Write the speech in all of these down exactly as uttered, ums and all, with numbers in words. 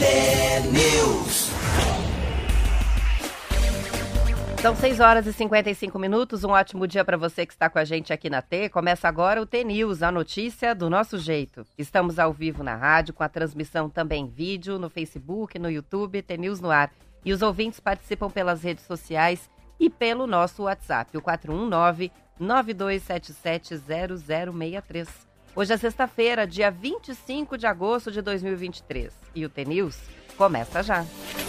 T-News. São seis horas e cinquenta e cinco minutos, um ótimo dia para você que está com a gente aqui na T. Começa agora o T-News, a notícia do nosso jeito. Estamos ao vivo na rádio, com a transmissão também em vídeo, no Facebook, no YouTube, T-News no ar. E os ouvintes participam pelas redes sociais e pelo nosso WhatsApp, o quatro um nove, nove dois sete sete, zero zero seis três. Hoje é sexta-feira, dia vinte e cinco de agosto de dois mil e vinte e três. E o T-News começa já.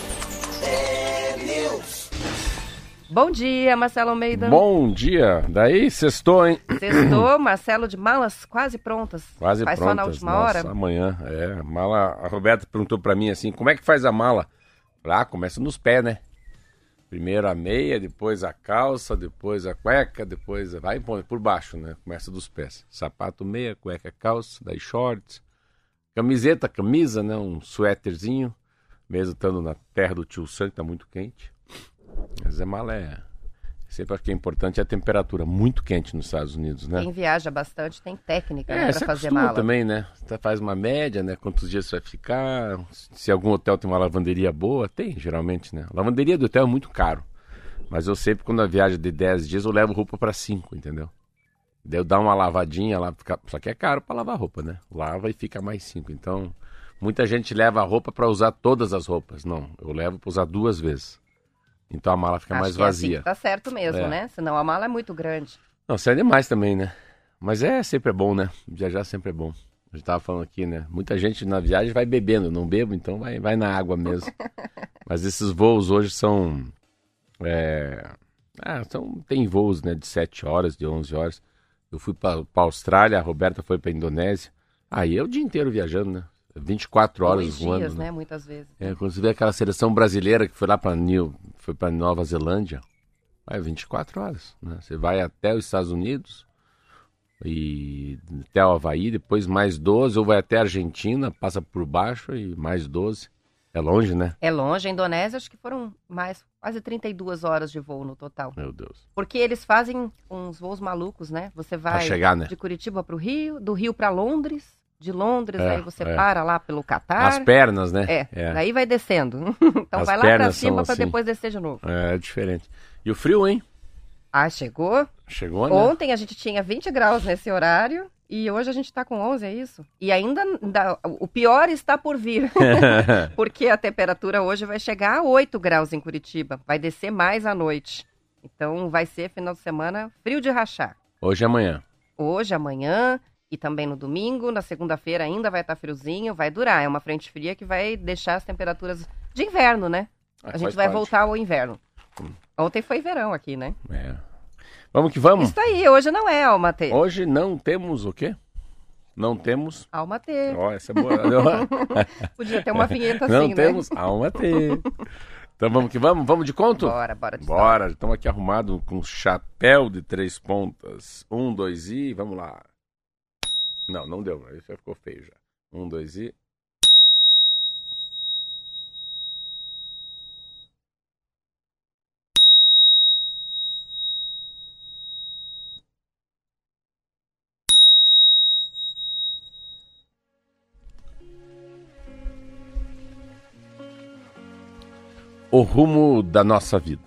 T-News. Bom dia, Marcelo Almeida. Bom dia. Daí, sextou, hein? Sextou, Marcelo, de malas quase prontas. Quase faz prontas. Só na última Nossa, hora. Amanhã, é. Mala, a Roberta perguntou pra mim assim, como é que faz a mala? Ah, começa nos pés, né? Primeiro a meia, depois a calça, depois a cueca, depois vai por baixo, né? Começa dos pés. Sapato, meia, cueca, calça, daí shorts, camiseta, camisa, né? Um suéterzinho, mesmo estando na terra do tio Sam, que tá muito quente. Mas a mala é... Sempre acho que é importante a temperatura, muito quente nos Estados Unidos, né? Quem viaja bastante tem técnica, é, né, pra fazer mala. Também, né? Você faz uma média, né? Quantos dias você vai ficar, se algum hotel tem uma lavanderia boa, tem, geralmente, né? A lavanderia do hotel é muito caro, mas eu sempre, quando a viagem de dez dias, eu levo roupa para cinco, entendeu? Daí eu dou uma lavadinha lá, fica... só que é caro para lavar roupa, né? Lava e fica mais cinco, então... Muita gente leva a roupa para usar todas as roupas. Não, eu levo para usar duas vezes. Então a mala fica Acho mais que é vazia. assim, tá certo mesmo, é. né? Senão a mala é muito grande. Não, sai demais também, né? Mas é sempre é bom, né? Viajar sempre é bom. A gente tava falando aqui, né? Muita gente na viagem vai bebendo. Não bebo, então vai, vai na água mesmo. Mas esses voos hoje são... É... Ah, são... Tem voos, né? De sete horas, de onze horas. Eu fui pra, pra Austrália, a Roberta foi pra Indonésia. Aí é o dia inteiro viajando, né? vinte e quatro horas Dois voando. dias, né? né? Muitas vezes. É, quando você vê aquela seleção brasileira que foi lá para New, foi para Nova Zelândia, vai vinte e quatro horas, né? Você vai até os Estados Unidos e até o Havaí, depois mais doze, ou vai até a Argentina, passa por baixo e mais doze. É longe, né? É longe. A Indonésia acho que foram mais quase trinta e duas horas de voo no total. Meu Deus. Porque eles fazem uns voos malucos, né? Você vai Pra chegar, né? de Curitiba para o Rio, do Rio para Londres. De Londres, É, aí você é. para lá pelo Catar. As pernas, né? É, É. daí vai descendo. Então As vai lá pra pernas cima são pra assim. depois descer de novo. É, é diferente. E o frio, hein? Ah, chegou? Chegou, né? Ontem a gente tinha vinte graus nesse horário e hoje a gente tá com onze, é isso? E ainda, ainda o pior está por vir. Porque a temperatura hoje vai chegar a oito graus em Curitiba. Vai descer mais à noite. Então vai ser final de semana frio de rachar. Hoje e amanhã. Hoje, amanhã... E também no domingo, na segunda-feira ainda vai estar friozinho, vai durar. É uma frente fria que vai deixar as temperaturas de inverno, né? Ah, a gente faz vai parte. voltar ao inverno. Hum. Ontem foi verão aqui, né? É. Vamos que vamos? Isso aí, hoje não é Alma T. Hoje não temos o quê? Não temos... Alma T. Ó, essa é boa. Podia ter uma vinheta Não assim, temos né? alma T. Então vamos que vamos? Vamos de conto? Bora, bora de Bora, estamos aqui arrumados com chapéu de três pontas. Um, dois e... Vamos lá. Não, não deu. Isso já ficou feio já. Um, dois e... O rumo da nossa vida.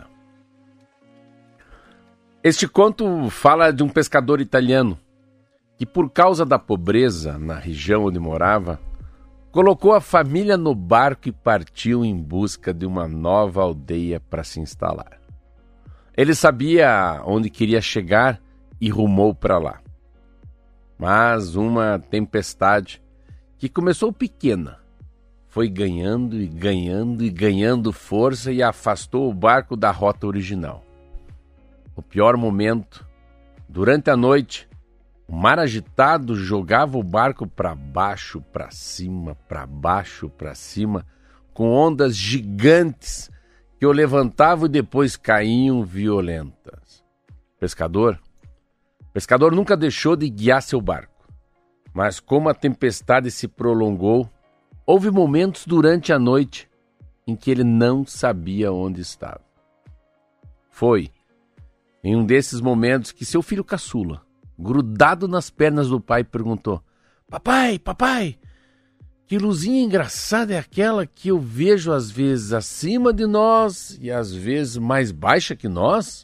Este conto fala de um pescador italiano que, por causa da pobreza na região onde morava, colocou a família no barco e partiu em busca de uma nova aldeia para se instalar. Ele sabia onde queria chegar e rumou para lá. Mas uma tempestade, que começou pequena, foi ganhando e ganhando e ganhando força e afastou o barco da rota original. O pior momento, durante a noite, o mar agitado jogava o barco para baixo, para cima, para baixo, para cima, com ondas gigantes que o levantavam e depois caíam violentas. Pescador? Pescador nunca deixou de guiar seu barco, mas como a tempestade se prolongou, houve momentos durante a noite em que ele não sabia onde estava. Foi em um desses momentos que seu filho caçula, grudado nas pernas do pai, perguntou: Papai, papai, Que luzinha engraçada é aquela que eu vejo às vezes acima de nós e às vezes mais baixa que nós?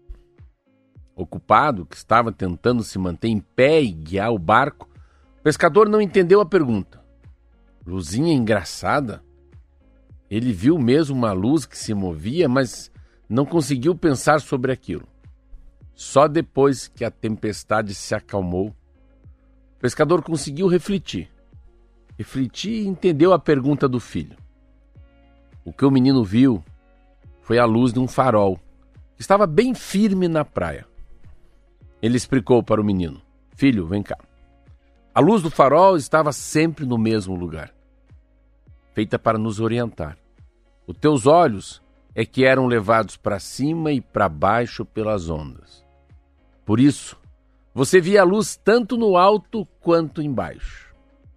Ocupado, que estava tentando se manter em pé e guiar o barco, o pescador não entendeu a pergunta. Luzinha engraçada? Ele viu mesmo uma luz que se movia, mas não conseguiu pensar sobre aquilo. Só depois que a tempestade se acalmou, o pescador conseguiu refletir. Refletir e entendeu a pergunta do filho. O que o menino viu foi a luz de um farol, que estava bem firme na praia. Ele explicou para o menino: filho, vem cá. A luz do farol estava sempre no mesmo lugar, feita para nos orientar. Os teus olhos é que eram levados para cima e para baixo pelas ondas. Por isso, você via a luz tanto no alto quanto embaixo.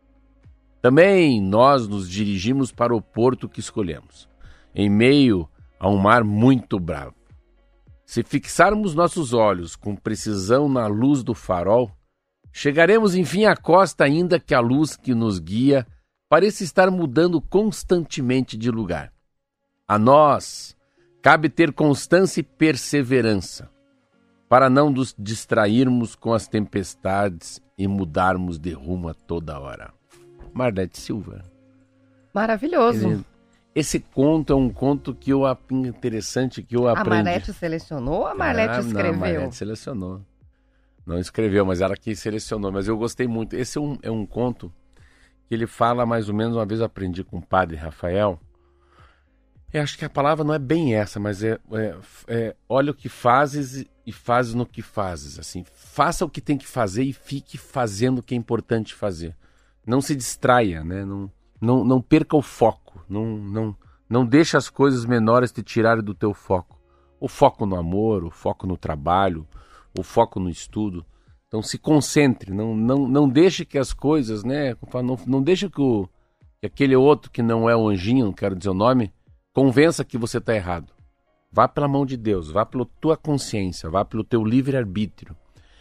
Também nós nos dirigimos para o porto que escolhemos, em meio a um mar muito bravo. Se fixarmos nossos olhos com precisão na luz do farol, chegaremos enfim à costa, ainda que a luz que nos guia pareça estar mudando constantemente de lugar. A nós cabe ter constância e perseverança, para não nos distrairmos com as tempestades e mudarmos de rumo a toda hora. Marlete Silva. Maravilhoso. Esse conto é um conto que eu interessante que eu aprendi. A Marlete selecionou ou a Marlete ah, escreveu? Não, a Marlete selecionou. Não escreveu, mas ela que selecionou. Mas eu gostei muito. Esse é um, é um conto que ele fala mais ou menos, uma vez eu aprendi com o padre Rafael. Eu acho que a palavra não é bem essa, mas é, é, é olha o que fazes e fazes no que fazes. Assim, faça o que tem que fazer e fique fazendo o que é importante fazer. Não se distraia, né? Não, não, não perca o foco. Não, não, não deixe as coisas menores te tirarem do teu foco. O foco no amor, o foco no trabalho, o foco no estudo. Então se concentre, não, não, não deixe que as coisas, né? Não, não deixe que, o, que aquele outro que não é o anjinho, não quero dizer o nome, convença que você está errado. Vá pela mão de Deus, vá pela tua consciência, vá pelo teu livre-arbítrio.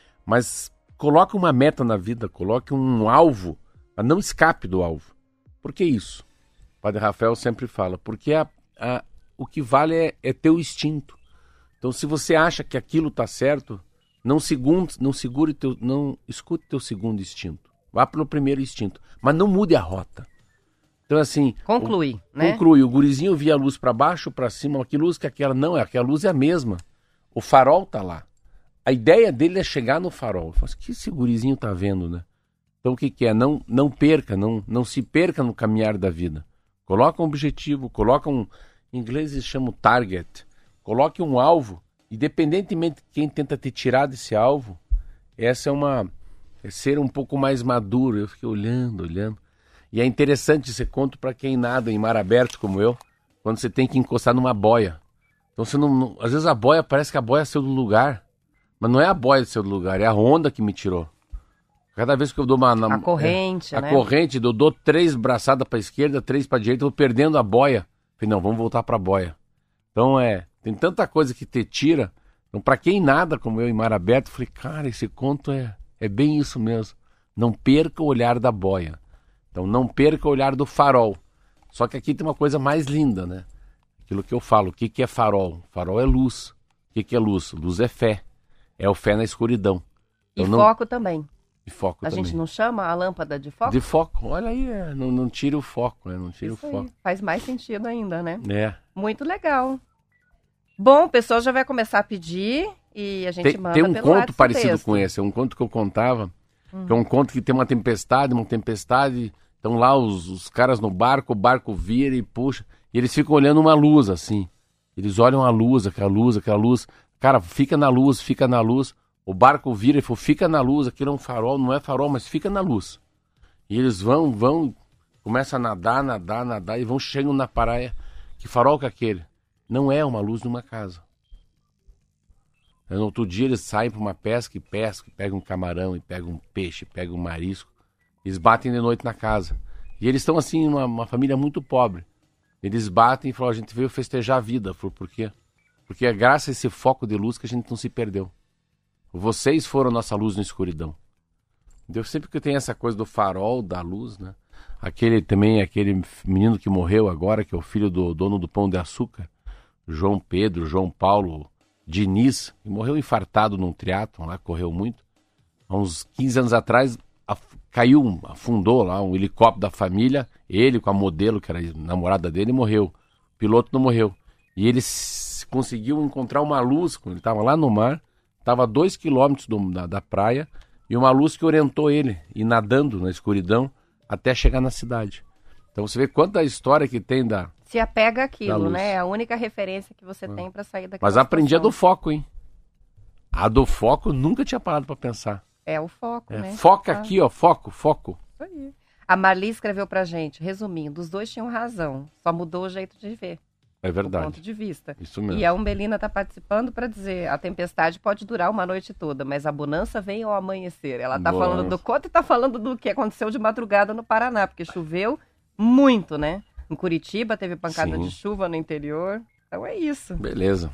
Mas coloque uma meta na vida, coloque um alvo, mas não escape do alvo. Por que isso? O Padre Rafael sempre fala, porque a, a, o que vale é, é teu instinto. Então se você acha que aquilo está certo, não, segundo, não, segure teu, não escute teu segundo instinto. Vá pelo primeiro instinto, mas não mude a rota. Então assim... Conclui, o, né? Conclui. O gurizinho via a luz para baixo, para cima, que luz que aquela... Não, é aquela luz é a mesma. O farol tá lá. A ideia dele é chegar no farol. Falo, que esse gurizinho tá vendo, né? Então o que que é? Não, não perca, não, não se perca no caminhar da vida. Coloca um objetivo, coloca um... Em inglês eles chamam target. Coloque um alvo. Independentemente de quem tenta te tirar desse alvo, essa é uma... É ser um pouco mais maduro. Eu fiquei olhando, olhando. E é interessante esse conto para quem nada em mar aberto como eu, quando você tem que encostar numa boia. Então você não, não... Às vezes a boia, parece que a boia saiu do lugar. Mas não é a boia que saiu do lugar, é a onda que me tirou. Cada vez que eu dou uma... Na, a corrente, é, né? A corrente, eu dou três braçadas para a esquerda, três para a direita, eu vou perdendo a boia. Falei, não, vamos voltar para a boia. Então é... Tem tanta coisa que te tira. Então, para quem nada, como eu, em mar aberto, falei, cara, esse conto é, é bem isso mesmo. Não perca o olhar da boia. Então, não perca o olhar do farol. Só que aqui tem uma coisa mais linda, né? Aquilo que eu falo, o que, que é farol? Farol é luz. O que, que é luz? Luz é fé. É o fé na escuridão. E então, foco não... também. E foco a também. gente não chama a lâmpada de foco? De foco. Olha aí, é, não, não tira o foco, né? Não tira isso o foco. Aí. Faz mais sentido ainda, né? É. Muito legal. Bom, o pessoal já vai começar a pedir e a gente tem, manda Tem um pelo conto parecido texto. com esse. É um conto que eu contava, hum. que é um conto que tem uma tempestade, uma tempestade... Estão lá os, os caras no barco, o barco vira e puxa, e eles ficam olhando uma luz, assim. Eles olham a luz, aquela luz, aquela luz. Cara, fica na luz, fica na luz. O barco vira e fala, fica na luz, aquilo é um farol, não é farol, mas fica na luz. E eles vão, vão, começam a nadar, nadar, nadar, e vão chegando na praia. Que farol que é aquele? Não é uma luz de uma casa. No outro dia eles saem para uma pesca e pescam, pegam um camarão, e pegam um peixe, pegam um marisco. Eles batem de noite na casa. E eles estão assim, uma, uma família muito pobre. Eles batem e falam, a gente veio festejar a vida. Falou, por quê? Porque é graças a esse foco de luz que a gente não se perdeu. Vocês foram a nossa luz na escuridão. Então sempre que tem essa coisa do farol, da luz, né? Aquele também, aquele menino que morreu agora, que é o filho do dono do Pão de Açúcar, João Pedro, João Paulo Diniz, que morreu infartado num triatlon lá, correu muito. Há uns quinze anos atrás, af- caiu, afundou lá um helicóptero da família, ele com a modelo, que era a namorada dele, morreu. O piloto não morreu. E ele s- conseguiu encontrar uma luz, quando ele estava lá no mar, estava a dois quilômetros do- da, da praia, e uma luz que orientou ele, e nadando na escuridão, até chegar na cidade. Então você vê quanta história que tem da... Se apega Da àquilo, luz. né? É a única referência que você tem para sair daquela Mas aprendi a do situação. foco, hein? A do foco eu nunca tinha parado para pensar. É o foco, É, né? foca Ah, aqui, ó, foco, foco. isso aí. A Marli escreveu pra gente, resumindo, os dois tinham razão, só mudou o jeito de ver, É o verdade. ponto de vista. Isso mesmo. E a Umbelina está participando para dizer, a tempestade pode durar uma noite toda, mas a bonança vem ao amanhecer. Ela está Nossa. falando do conto e está falando do que aconteceu de madrugada no Paraná, porque choveu muito, né? Em Curitiba teve pancada Sim. de chuva no interior. Então é isso. Beleza.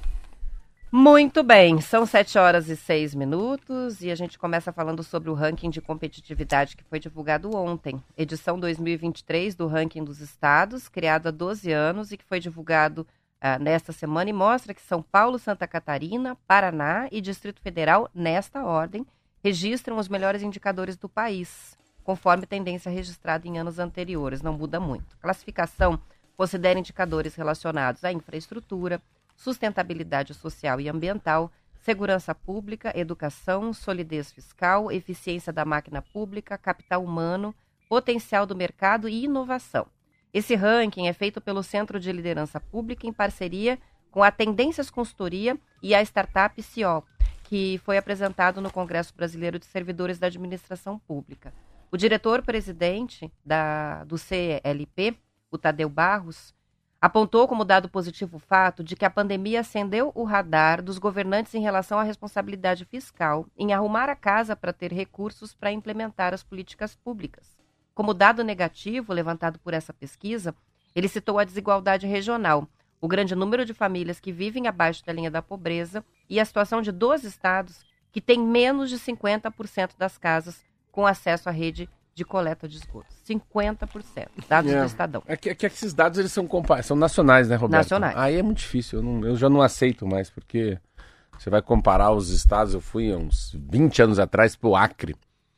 Muito bem, são sete horas e seis minutos e a gente começa falando sobre o ranking de competitividade que foi divulgado ontem. Edição dois mil e vinte e três do ranking dos estados, criado há doze anos e que foi divulgado ah, nesta semana e mostra que São Paulo, Santa Catarina, Paraná e Distrito Federal, nesta ordem, registram os melhores indicadores do país, conforme tendência registrada em anos anteriores, não muda muito. Classificação considera indicadores relacionados à infraestrutura, sustentabilidade social e ambiental, segurança pública, educação, solidez fiscal, eficiência da máquina pública, capital humano, potencial do mercado e inovação. Esse ranking é feito pelo Centro de Liderança Pública em parceria com a Tendências Consultoria e a startup C I O, que foi apresentado no Congresso Brasileiro de Servidores da Administração Pública. O diretor-presidente da, do C L P, o Tadeu Barros, apontou como dado positivo o fato de que a pandemia acendeu o radar dos governantes em relação à responsabilidade fiscal em arrumar a casa para ter recursos para implementar as políticas públicas. Como dado negativo levantado por essa pesquisa, ele citou a desigualdade regional, o grande número de famílias que vivem abaixo da linha da pobreza e a situação de doze estados que têm menos de cinquenta por cento das casas com acesso à rede de coleta de esgotos. cinquenta por cento, dados É. do Estadão. É que, é que esses dados eles são, compa- são nacionais, né, Roberto? Nacionais. Aí é muito difícil, eu, não- eu já não aceito mais, porque você vai comparar os estados. Eu fui há uns vinte anos atrás pro Acre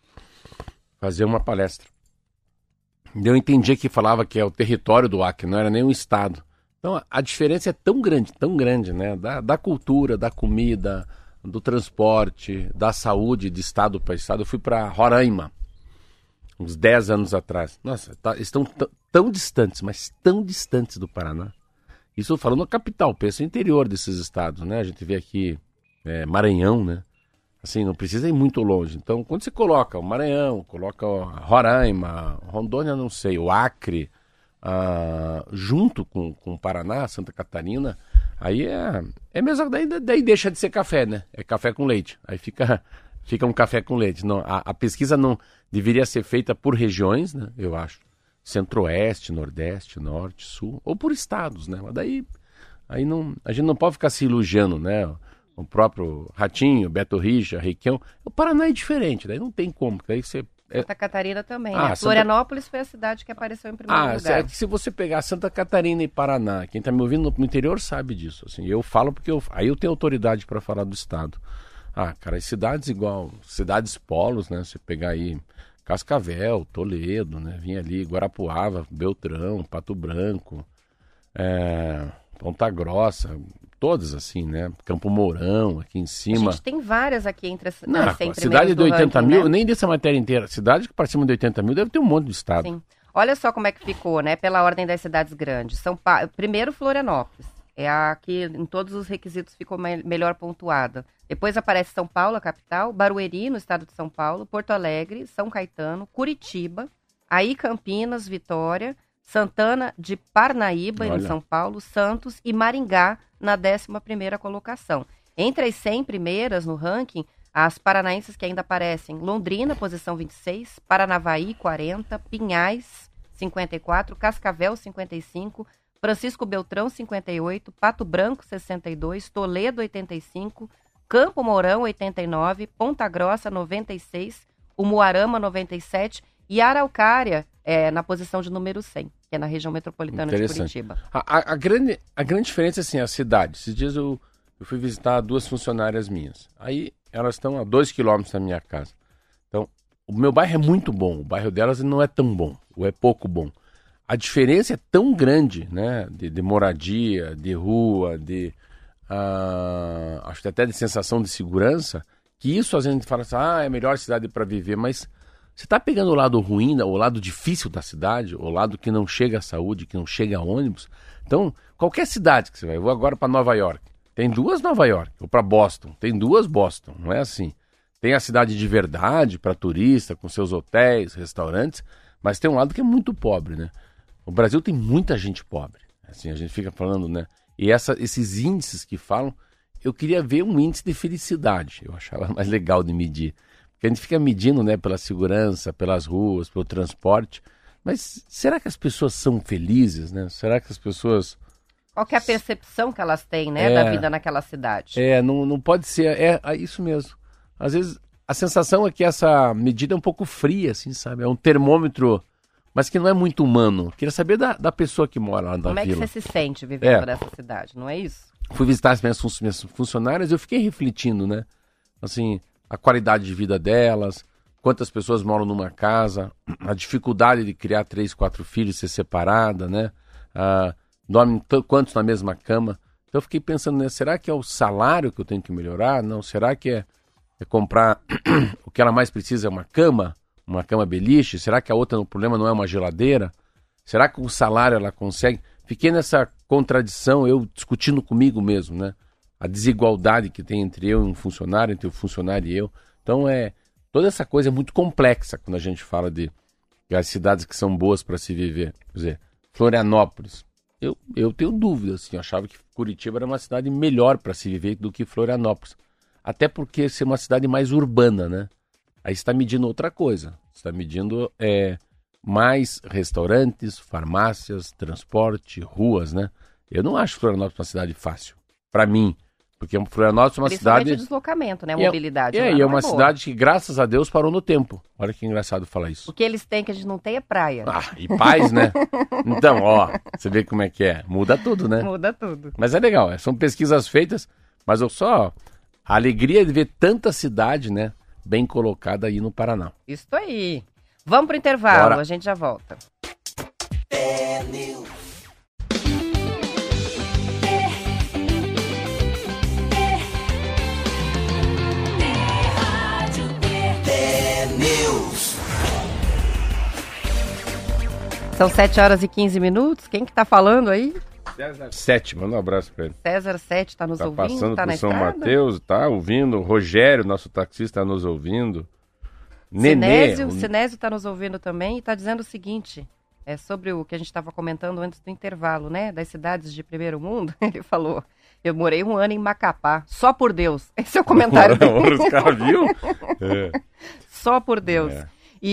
fazer uma palestra. E eu entendi que falava que é o território do Acre, não era nem um estado. Então a, a diferença é tão grande, tão grande, né? Da, da cultura, da comida, do transporte, da saúde de estado para estado. Eu fui para Roraima uns dez anos atrás. Nossa, tá- estão t- tão distantes, mas tão distantes do Paraná. Isso eu falo na capital, penso no interior desses estados, né? A gente vê aqui é, Maranhão, né? Assim, não precisa ir muito longe. Então, quando você coloca o Maranhão, coloca o Roraima, Rondônia, não sei, o Acre, ah, junto com, com o Paraná, Santa Catarina, aí é, é mesmo, daí, daí deixa de ser café, né? É café com leite. Aí fica, fica um café com leite. Não, a, a pesquisa não deveria ser feita por regiões, né? Eu acho. Centro-Oeste, Nordeste, Norte, Sul, ou por estados, né? Mas daí aí não, a gente não pode ficar se iludindo, né? O próprio Ratinho, Beto Richa, Requião. O Paraná é diferente, daí não tem como. Daí você, é... Santa Catarina também, Ah, né? Santa- Florianópolis foi a cidade que apareceu em primeiro Ah, se, lugar. é que se você pegar Santa Catarina e Paraná, quem está me ouvindo no interior sabe disso. Assim, eu falo porque eu, aí eu tenho autoridade para falar do estado. Ah, cara, as cidades igual, cidades polos, né? Você pegar aí Cascavel, Toledo, né? Vinha ali, Guarapuava, Beltrão, Pato Branco, é, Ponta Grossa, todas assim, né? Campo Mourão, aqui em A cima. gente tem várias aqui entre as, Não, as cem a cidade primeiras de do oitenta ranking, mil, né? eu nem dessa matéria inteira. Cidade que para cima de oitenta mil deve ter um monte de estado. Sim. Olha só como é que ficou, né? Pela ordem das cidades grandes. São pa... Primeiro, Florianópolis. É a que em todos os requisitos ficou me- melhor pontuada. Depois aparece São Paulo, a capital, Barueri, no estado de São Paulo, Porto Alegre, São Caetano, Curitiba, aí Campinas, Vitória, Santana de Parnaíba, Olha. em São Paulo, Santos e Maringá, na décima primeira colocação. Entre as cem primeiras no ranking, as paranaenses que ainda aparecem: Londrina, posição vinte e seis, Paranavaí, quarenta, Pinhais, cinquenta e quatro, Cascavel, cinquenta e cinco, Francisco Beltrão, cinquenta e oito, Pato Branco, sessenta e dois, Toledo, oitenta e cinco, Campo Mourão, oitenta e nove, Ponta Grossa, noventa e seis, Umuarama, noventa e sete e Araucária, é, na posição de número cem, que é na região metropolitana de Curitiba. A, a, a, grande, a grande diferença é assim, a cidade. Esses dias eu, eu fui visitar duas funcionárias minhas. Aí elas estão a dois quilômetros da minha casa. Então, o meu bairro é muito bom, o bairro delas não é tão bom, ou é pouco bom. A diferença é tão grande, né, de, de moradia, de rua, de uh, acho que até de sensação de segurança, que isso a gente fala assim, ah, é a melhor cidade para viver, mas você está pegando o lado ruim, o lado difícil da cidade, o lado que não chega à saúde, que não chega a ônibus. Então, qualquer cidade que você vai, eu vou agora para Nova York, tem duas Nova York, ou para Boston, tem duas Boston, não é assim. Tem a cidade de verdade para turista, com seus hotéis, restaurantes, mas tem um lado que é muito pobre, né? O Brasil tem muita gente pobre, assim, a gente fica falando, né? E essa, esses índices que falam, eu queria ver um índice de felicidade, eu achava mais legal de medir. Porque a gente fica medindo, né, pela segurança, pelas ruas, pelo transporte, mas será que as pessoas são felizes, né? Será que as pessoas... Qual que é a percepção que elas têm, né, é, da vida naquela cidade? É, não, não pode ser, é, é isso mesmo. Às vezes a sensação é que essa medida é um pouco fria, assim, sabe? É um termômetro, mas que não é muito humano. Queria saber da, da pessoa que mora lá na Como vila. Como é que você se sente vivendo é. nessa cidade, não é isso? Fui visitar as minhas, minhas funcionárias e eu fiquei refletindo, né? Assim, a qualidade de vida delas, quantas pessoas moram numa casa, a dificuldade de criar três, quatro filhos, ser separada, né? Ah, dormem t- quantos na mesma cama. Então eu fiquei pensando, né? Será que é o salário que eu tenho que melhorar? Não, será que é, é comprar o que ela mais precisa é uma cama? Uma cama beliche? Será que a outra, o problema não é uma geladeira? Será que com o salário ela consegue? Fiquei nessa contradição, eu discutindo comigo mesmo, né? A desigualdade que tem entre eu e um funcionário, entre o funcionário e eu. Então, é toda essa coisa é muito complexa quando a gente fala de, de as cidades que são boas para se viver. Quer dizer, Florianópolis. Eu, eu tenho dúvidas, assim, eu achava que Curitiba era uma cidade melhor para se viver do que Florianópolis. Até porque ser uma cidade mais urbana, né? Aí você está medindo outra coisa. Você está medindo é, mais restaurantes, farmácias, transporte, ruas, né? Eu não acho Florianópolis uma cidade fácil. Para mim. Porque Florianópolis é uma cidade... Principalmente o deslocamento, né? A mobilidade. É, e é uma cidade que, graças a Deus, parou no tempo. Olha que engraçado falar isso. O que eles têm que a gente não tem é praia. Ah, e paz, né? Então, ó, você vê como é que é. Muda tudo, né? Muda tudo. Mas é legal, são pesquisas feitas, mas eu só... A alegria de ver tanta cidade, né? Bem colocada aí no Paraná. Isso aí. Vamos pro intervalo, Bora. A gente já volta. São sete horas e quinze minutos. Quem que tá falando aí? César Sete, manda um abraço pra ele. César Sete tá nos tá ouvindo? Passando tá por na São estrada? Mateus, tá ouvindo. O Rogério, nosso taxista, tá nos ouvindo. Sinésio, Nenê. O Sinésio tá nos ouvindo também e tá dizendo o seguinte, é sobre o que a gente estava comentando antes do intervalo, né? Das cidades de primeiro mundo. Ele falou, eu morei um ano em Macapá, só por Deus. Esse é o comentário dele. Os caras viu? É. Só por Deus. É.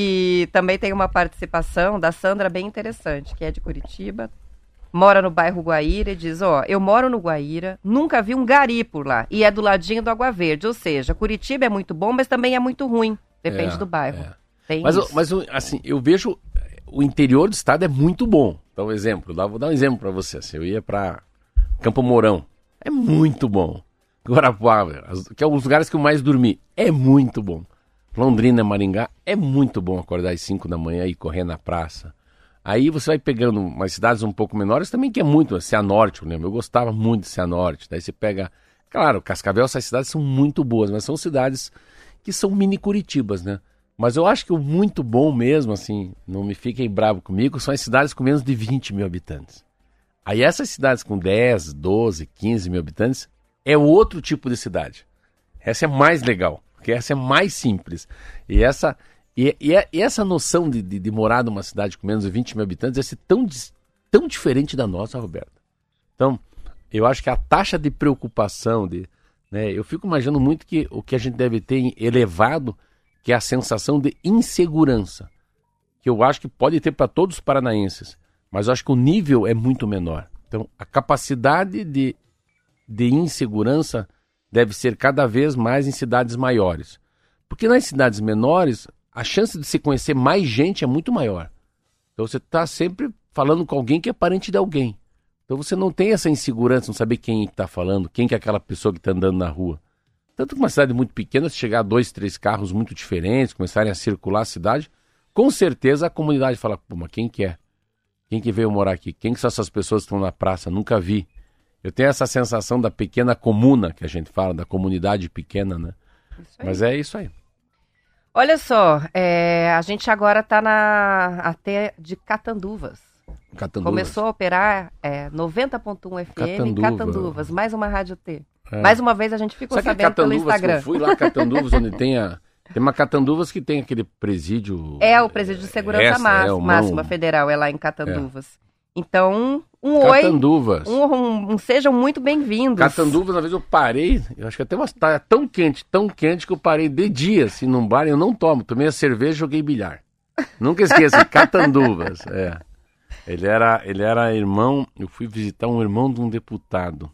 E também tem uma participação da Sandra bem interessante, que é de Curitiba, mora no bairro Guaíra e diz, ó, eu moro no Guaíra, nunca vi um gari por lá, e é do ladinho do Água Verde, ou seja, Curitiba é muito bom, mas também é muito ruim, depende é, do bairro. É. Tem mas, isso. mas, assim, eu vejo, o interior do estado é muito bom. Então, exemplo, vou dar um exemplo para você, assim, eu ia para Campo Mourão, é muito bom. Guarapuava, que é um dos lugares que eu mais dormi, é muito bom. Londrina, Maringá, é muito bom acordar às cinco da manhã e correr na praça. Aí você vai pegando umas cidades um pouco menores também, que é muito, Cianorte, eu lembro, eu gostava muito de Cianorte. Daí você pega, claro, Cascavel, essas cidades são muito boas, mas são cidades que são mini Curitibas, né? Mas eu acho que o muito bom mesmo, assim, não me fiquem bravo comigo, são as cidades com menos de vinte mil habitantes. Aí essas cidades com dez, doze, quinze mil habitantes é outro tipo de cidade. Essa é mais legal. Porque essa é mais simples. E essa, e, e, e essa noção de, de, de morar numa cidade com menos de vinte mil habitantes é ser tão, tão diferente da nossa, Roberto. Então, eu acho que a taxa de preocupação, de, né, eu fico imaginando muito que o que a gente deve ter elevado, que é a sensação de insegurança, que eu acho que pode ter para todos os paranaenses, mas eu acho que o nível é muito menor. Então, a capacidade de, de insegurança deve ser cada vez mais em cidades maiores. Porque nas cidades menores, a chance de se conhecer mais gente é muito maior. Então você está sempre falando com alguém que é parente de alguém. Então você não tem essa insegurança, não saber quem está falando, quem que é aquela pessoa que está andando na rua. Tanto que uma cidade muito pequena, se chegar a dois, três carros muito diferentes, começarem a circular a cidade, com certeza a comunidade fala, pô, mas quem que é? Quem que veio morar aqui? Quem que são essas pessoas que estão na praça? Nunca vi. Eu tenho essa sensação da pequena comuna, que a gente fala, da comunidade pequena, né? Mas é isso aí. Olha só, é, a gente agora está na até de Catanduvas. Catanduvas. Começou a operar é, noventa ponto um F M Catanduva. Catanduvas, mais uma Rádio T. É. Mais uma vez a gente ficou Sabe sabendo pelo Catanduvas, Instagram. Eu fui lá, Catanduvas, onde tem a... Tem uma Catanduvas que tem aquele presídio... É, o presídio de segurança essa, máxima, é, uma... máxima federal, é lá em Catanduvas. É. Então, um Catanduvas. oi, um, um, um, sejam muito bem-vindos. Catanduvas, uma vez eu parei, eu acho que até uma tá tão quente, tão quente que eu parei de dia, assim, num bar, e eu não tomo, tomei a cerveja e joguei bilhar. Nunca esqueça, Catanduvas, é. Ele era, ele era irmão, eu fui visitar um irmão de um deputado.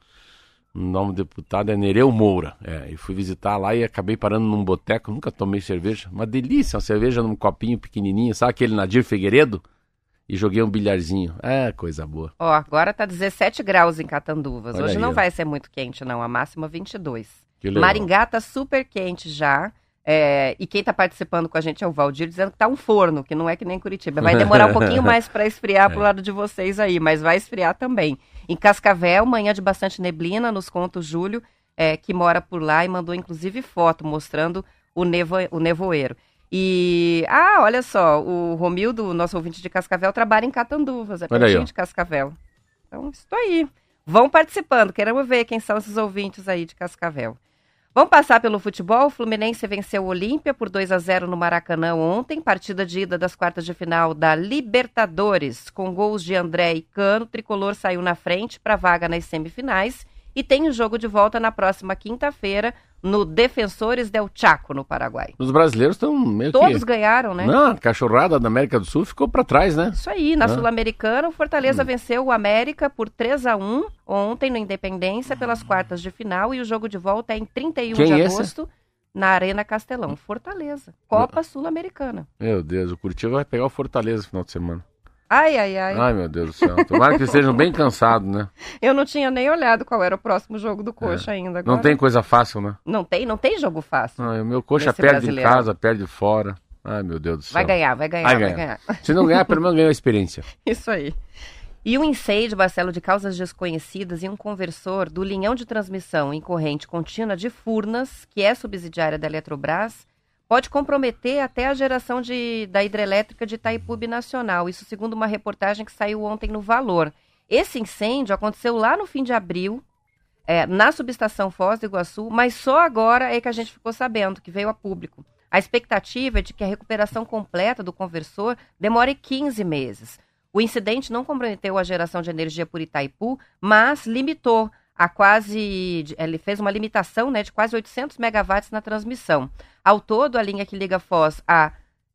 O nome do deputado é Nereu Moura. É, e fui visitar lá e acabei parando num boteco, nunca tomei cerveja. Uma delícia, uma cerveja num copinho pequenininho, sabe aquele Nadir Figueiredo? E joguei um bilharzinho. É, coisa boa. Ó, agora tá dezessete graus em Catanduvas. Olha Hoje aí, não ó. vai ser muito quente, não. A máxima vinte e dois. Que legal. Maringá tá super quente já. É, e quem tá participando com a gente é o Valdir, dizendo que tá um forno, que não é que nem Curitiba. Vai demorar um pouquinho mais para esfriar É. pro lado de vocês aí, mas vai esfriar também. Em Cascavel, manhã de bastante neblina, nos conta o Júlio, é, que mora por lá e mandou inclusive foto mostrando o, nevo, o nevoeiro. E, ah, olha só, o Romildo, nosso ouvinte de Cascavel, trabalha em Catanduvas, é Olha aí, pertinho ó. de Cascavel. Então, estou aí. Vão participando, queremos ver quem são esses ouvintes aí de Cascavel. Vamos passar pelo futebol. O Fluminense venceu o Olímpia por dois a zero no Maracanã ontem, partida de ida das quartas de final da Libertadores. Com gols de André e Cano, o tricolor saiu na frente para a vaga nas semifinais e tem o jogo de volta na próxima quinta-feira no Defensores del Chaco, no Paraguai. Os brasileiros estão meio Todos que... ganharam, né? Não, a cachorrada da América do Sul ficou pra trás, né? Isso aí, na Ah. Sul-Americana, o Fortaleza hum. venceu o América por três a um ontem no Independência pelas quartas de final e o jogo de volta é em trinta e um Quem de é agosto na Arena Castelão. Fortaleza, Copa Sul-Americana. Meu Deus, o Curitiba vai pegar o Fortaleza no final de semana. Ai, ai, ai. Ai, meu Deus do céu. Tomara que eles estejam bem cansados, né? Eu não tinha nem olhado qual era o próximo jogo do Coxa É. ainda. Agora. Não tem coisa fácil, né? Não tem, não tem jogo fácil. Ai, o meu Coxa Nesse perde Brasileirão. em casa, perde fora. Ai, meu Deus do céu. Vai ganhar, vai ganhar, Vai vai ganhar. ganhar. Se não ganhar, pelo menos ganhou a experiência. Isso aí. E um incêndio, Marcelo, de causas desconhecidas em um conversor do linhão de transmissão em corrente contínua de Furnas, que é subsidiária da Eletrobras, pode comprometer até a geração de, da hidrelétrica de Itaipu Nacional. Isso segundo uma reportagem que saiu ontem no Valor. Esse incêndio aconteceu lá no fim de abril, é, na subestação Foz do Iguaçu, mas só agora é que a gente ficou sabendo, que veio a público. A expectativa é de que a recuperação completa do conversor demore quinze meses. O incidente não comprometeu a geração de energia por Itaipu, mas limitou a quase, ele fez uma limitação, né, de quase oitocentos megawatts na transmissão. Ao todo, a linha que liga Foz a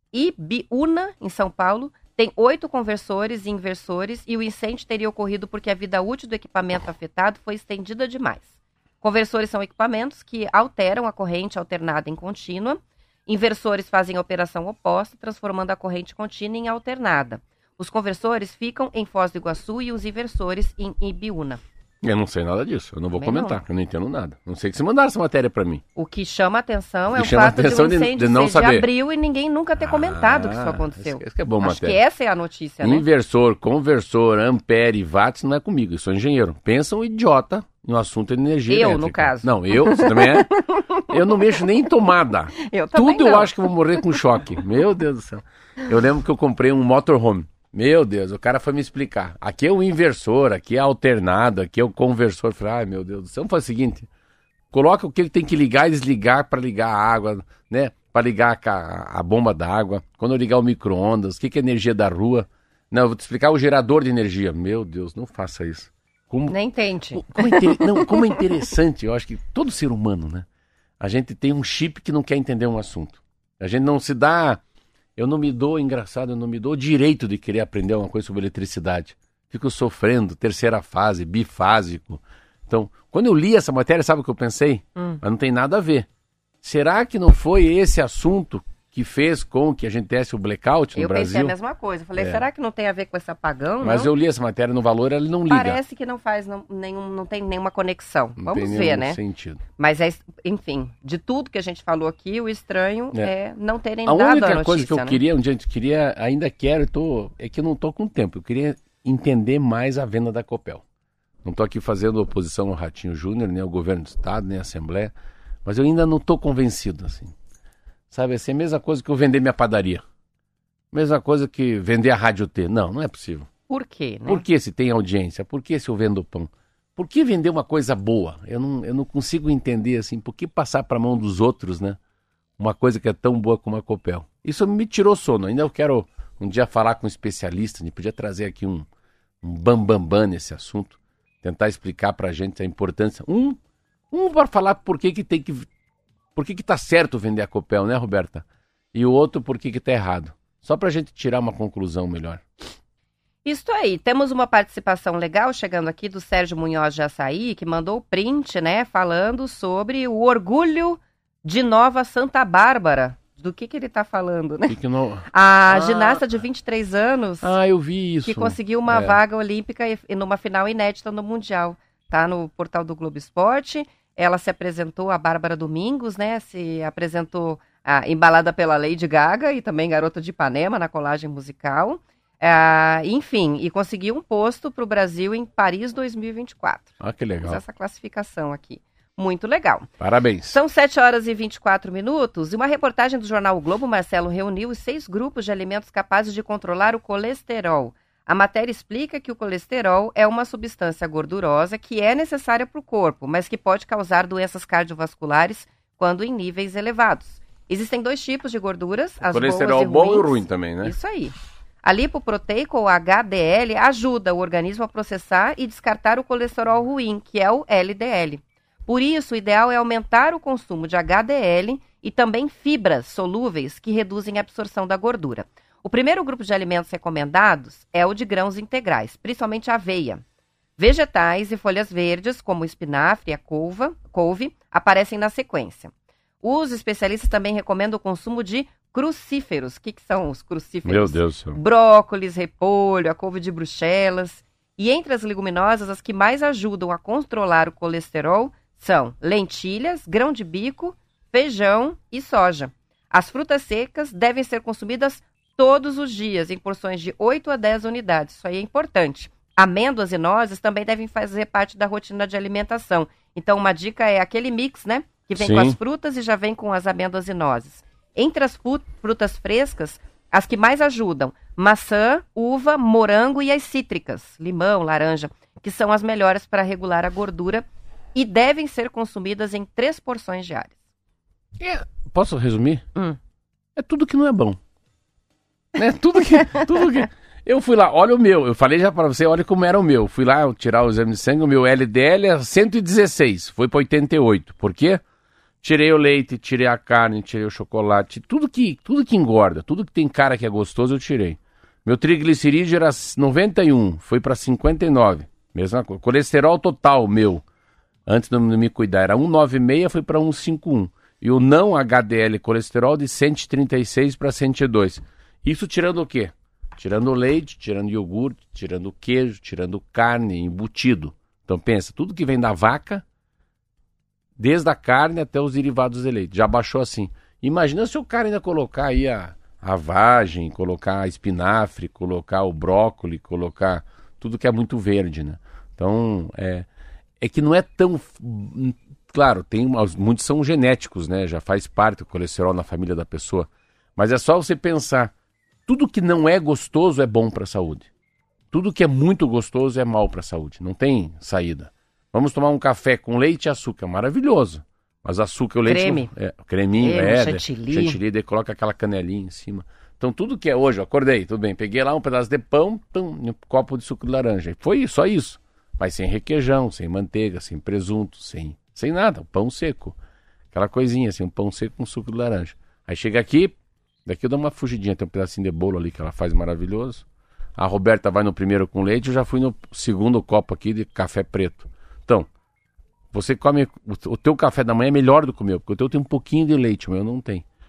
Ibiúna, em São Paulo, tem oito conversores e inversores e o incêndio teria ocorrido porque a vida útil do equipamento afetado foi estendida demais. Conversores são equipamentos que alteram a corrente alternada em contínua. Inversores fazem a operação oposta, transformando a corrente contínua em alternada. Os conversores ficam em Foz do Iguaçu e os inversores em Ibiúna. Eu não sei nada disso, eu não vou Também comentar, não. eu não entendo nada. Não sei que se mandaram essa matéria pra mim. O que chama a atenção O é que o chama a fato de atenção um de- incêndio de não ser de saber. abril e ninguém nunca ter comentado que isso Ah, aconteceu. Isso que é bom, Acho matéria. que essa é a notícia, né? Inversor, conversor, ampere e watts não é comigo, eu sou engenheiro. Pensa um idiota no assunto de energia Eu, elétrica. no caso. Não, eu, você também é? Eu não mexo nem em tomada. Eu também Tudo eu não. acho que eu vou morrer com choque. Meu Deus do céu. Eu lembro que eu comprei um motorhome. Meu Deus, o cara foi me explicar. Aqui é o inversor, aqui é alternado, aqui é o conversor. Eu falei, ai meu Deus do céu, vamos fazer o seguinte. Coloca o que ele tem que ligar e desligar para ligar a água, né? Para ligar a, ca- a bomba d'água. Quando eu ligar o micro-ondas, o que, que é energia da rua. Não, eu vou te explicar o gerador de energia. Meu Deus, não faça isso. Como, Nem tente. como, é, inter- não, como é interessante, eu acho que todo ser humano, né? A gente tem um chip que não quer entender um assunto. A gente não se dá... Eu não me dou, engraçado, eu não me dou o direito de querer aprender alguma coisa sobre eletricidade. Fico sofrendo, terceira fase, bifásico. Então, quando eu li essa matéria, sabe o que eu pensei? Hum. Mas não tem nada a ver. Será que não foi esse assunto que fez com que a gente desse o blackout no eu Brasil. Eu pensei a mesma coisa. Falei, é. será que não tem a ver com esse apagão? Mas não? eu li essa matéria no Valor, ela não liga. Parece que não faz, não, nenhum, não tem nenhuma conexão. Não Vamos tem ver, né? sentido. Mas, é, enfim, de tudo que a gente falou aqui, o estranho é, é não terem a dado a notícia. A única coisa que eu né? queria, um dia eu queria, ainda quero, tô, é que eu não estou com tempo. Eu queria entender mais a venda da Copel. Não estou aqui fazendo oposição ao Ratinho Júnior, nem ao governo do Estado, nem à Assembleia, mas eu ainda não estou convencido, assim. Sabe, assim, é a mesma coisa que eu vender minha padaria. Mesma coisa que vender a Rádio T. Não, não é possível. Por quê, né? Por que se tem audiência? Por que se eu vendo pão? Por que vender uma coisa boa? Eu não, eu não consigo entender, assim, por que passar para a mão dos outros, né? Uma coisa que é tão boa como a Copel. Isso me tirou sono. Ainda eu quero um dia falar com um especialista, a gente podia trazer aqui um, um bambambam bam, bam nesse assunto, tentar explicar para a gente a importância. Um, um para falar por que que tem que... Por que que tá certo vender a Copel, né, Roberta? E o outro, por que que tá errado? Só pra gente tirar uma conclusão melhor. Isso aí. Temos uma participação legal chegando aqui do Sérgio Munhoz de Açaí, que mandou o print, né, falando sobre o orgulho de Nova Santa Bárbara. Do que que ele tá falando, né? Que que não... A ah, ginasta de vinte e três anos... Ah, eu vi isso. Que conseguiu uma é. vaga olímpica e, e numa final inédita no Mundial. Tá no portal do Globo Esporte. Ela se apresentou, a Bárbara Domingos, né? Se apresentou ah, embalada pela Lady Gaga e também Garota de Ipanema na colagem musical. Ah, enfim, e conseguiu um posto para o Brasil em Paris dois mil e vinte e quatro. Ah, que legal. Temos essa classificação aqui. Muito legal. Parabéns. São sete horas e vinte e quatro minutos e uma reportagem do jornal o Globo, Marcelo, reuniu os seis grupos de alimentos capazes de controlar o colesterol. A matéria explica que o colesterol é uma substância gordurosa que é necessária para o corpo, mas que pode causar doenças cardiovasculares quando em níveis elevados. Existem dois tipos de gorduras, as colesterol boas e bom ruins. e ruim também, né? Isso aí. A lipoproteico, ou H D L, ajuda o organismo a processar e descartar o colesterol ruim, que é o L D L. Por isso, o ideal é aumentar o consumo de H D L e também fibras solúveis que reduzem a absorção da gordura. O primeiro grupo de alimentos recomendados é o de grãos integrais, principalmente a aveia. Vegetais e folhas verdes, como o espinafre e a couve, couve, aparecem na sequência. Os especialistas também recomendam o consumo de crucíferos. O que, que são os crucíferos? Meu Deus do céu. Brócolis, repolho, a couve de Bruxelas. E entre as leguminosas, as que mais ajudam a controlar o colesterol são lentilhas, grão de bico, feijão e soja. As frutas secas devem ser consumidas todos os dias, em porções de oito a dez unidades. Isso aí é importante. Amêndoas e nozes também devem fazer parte da rotina de alimentação. Então, uma dica é aquele mix, né? Que vem Sim. com as frutas e já vem com as amêndoas e nozes. Entre as frutas frescas, as que mais ajudam, maçã, uva, morango e as cítricas, limão, laranja, que são as melhores para regular a gordura e devem ser consumidas em três porções diárias. É, posso resumir? Hum. É tudo que não é bom. Né? Tudo que, tudo que... Eu fui lá, olha o meu, eu falei já para você, olha como era o meu. Fui lá tirar o exame de sangue, o meu L D L é cento e dezesseis, foi para oitenta e oito. Por quê? Tirei o leite, tirei a carne, tirei o chocolate, tudo que, tudo que engorda, tudo que tem cara que é gostoso eu tirei. Meu triglicerídeo era noventa e um, foi para cinquenta e nove. Mesma coisa. Colesterol total meu, antes de me cuidar, era cento e noventa e seis, foi para cento e cinquenta e um. E o não H D L colesterol de cento e trinta e seis para cento e dois. Isso tirando o quê? Tirando o leite, tirando iogurte, tirando queijo, tirando carne, embutido. Então pensa, tudo que vem da vaca, desde a carne até os derivados de leite, já baixou assim. Imagina se o cara ainda colocar aí a, a vagem, colocar a espinafre, colocar o brócolis, colocar tudo que é muito verde, né? Então, é, é que não é tão... Claro, tem muitos são genéticos, né? Já faz parte do colesterol na família da pessoa. Mas é só você pensar, tudo que não é gostoso é bom para a saúde. Tudo que é muito gostoso é mal para a saúde. Não tem saída. Vamos tomar um café com leite e açúcar, maravilhoso. Mas açúcar, o leite... Creme. É, creminho, Creme, é. chantilly. Chantilly, daí coloca aquela canelinha em cima. Então tudo que é hoje, eu acordei, tudo bem. Peguei lá um pedaço de pão, pum, um copo de suco de laranja. Foi só isso. Mas sem requeijão, sem manteiga, sem presunto, sem, sem nada. Pão seco. Aquela coisinha assim, um pão seco com suco de laranja. Aí chega aqui, daqui eu dou uma fugidinha, tem um pedacinho de bolo ali que ela faz maravilhoso. A Roberta vai no primeiro com leite, eu já fui no segundo copo aqui de café preto. Então, você come, o teu café da manhã é melhor do que o meu, porque o teu tem um pouquinho de leite, o meu não tem.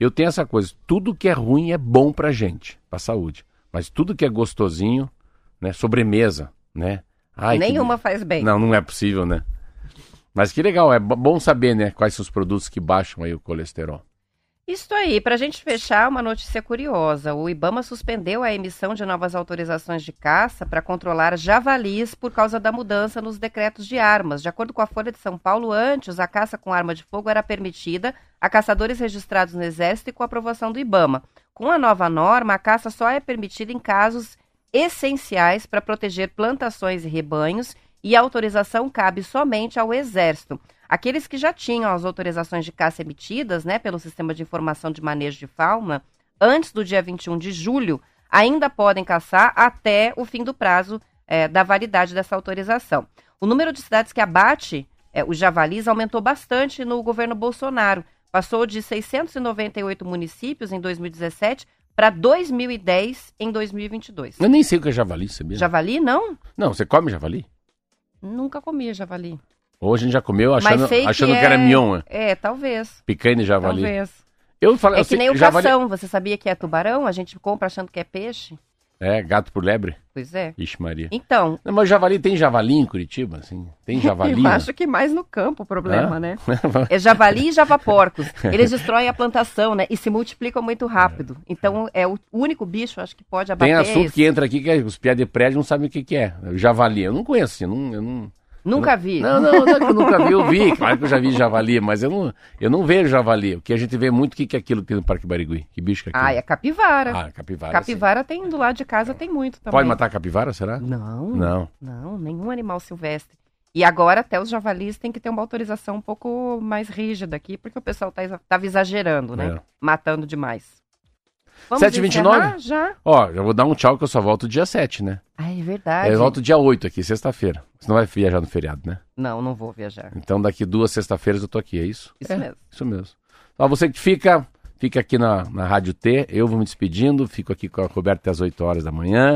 Eu tenho essa coisa, tudo que é ruim é bom pra gente, pra saúde. Mas tudo que é gostosinho, né, sobremesa, né? Ai, Nenhuma que... faz bem. Não, não é possível, né? Mas que legal, é bom saber, né, quais são os produtos que baixam aí o colesterol. Isso aí, para a gente fechar, uma notícia curiosa. O IBAMA suspendeu a emissão de novas autorizações de caça para controlar javalis por causa da mudança nos decretos de armas. De acordo com a Folha de São Paulo, antes a caça com arma de fogo era permitida a caçadores registrados no Exército e com aprovação do IBAMA. Com a nova norma, a caça só é permitida em casos essenciais para proteger plantações e rebanhos e a autorização cabe somente ao Exército. Aqueles que já tinham as autorizações de caça emitidas, né, pelo Sistema de Informação de Manejo de Fauna, antes do dia vinte e um de julho, ainda podem caçar até o fim do prazo é, da validade dessa autorização. O número de cidades que abate é, os javalis aumentou bastante no governo Bolsonaro. Passou de seiscentos e noventa e oito municípios em dois mil e dezessete para dois mil e dez em dois mil e vinte e dois. Eu nem sei o que é javali, sabia? Javali, não? Não, você come javali? Nunca comi javali. Ou a gente já comeu achando, que, achando é... que era mignon. É, talvez. Picanha de javali. Talvez. Eu falo, é eu que sei, nem o javali... cação. Você sabia que é tubarão? A gente compra achando que é peixe? É, gato por lebre? Pois é. Ixi, Maria. Então... Não, mas javali, tem javali em Curitiba, assim? Tem javali? Eu acho que mais no campo o problema, Hã? né? É javali e javaporcos. Eles destroem a plantação, né? E se multiplicam muito rápido. Então, é o único bicho, acho que pode abater. Tem assunto esse. que entra aqui que os piá de prédio não sabem o que, que é. Javali, eu não conheço, assim, eu não... Eu não... Nunca eu vi. Não, não, não é que eu nunca vi, eu vi. Claro que eu já vi javali, mas eu não, eu não vejo javali. O que a gente vê muito, o que, que é aquilo que tem no Parque Barigui? Que bicho que é aquilo? Ah, é capivara. Ah, capivara. Capivara tem, do lado de casa tem muito também. Pode matar capivara, será? Não. Não. Não, nenhum animal silvestre. E agora até os javalis têm que ter uma autorização um pouco mais rígida aqui, porque o pessoal tá, tava exagerando, né? É. Matando demais. Vamos sete e vinte e nove? encerrar? Já? Ó, já vou dar um tchau que eu só volto dia sete, né? Ah, é verdade. Eu volto dia oito aqui, sexta-feira. Você não vai viajar no feriado, né? Não, não vou viajar. Então daqui duas sexta-feiras eu tô aqui, é isso? Isso é, mesmo. Isso mesmo. Ó, você que fica, fica aqui na, na Rádio T, eu vou me despedindo, fico aqui com a Roberta até as oito horas da manhã.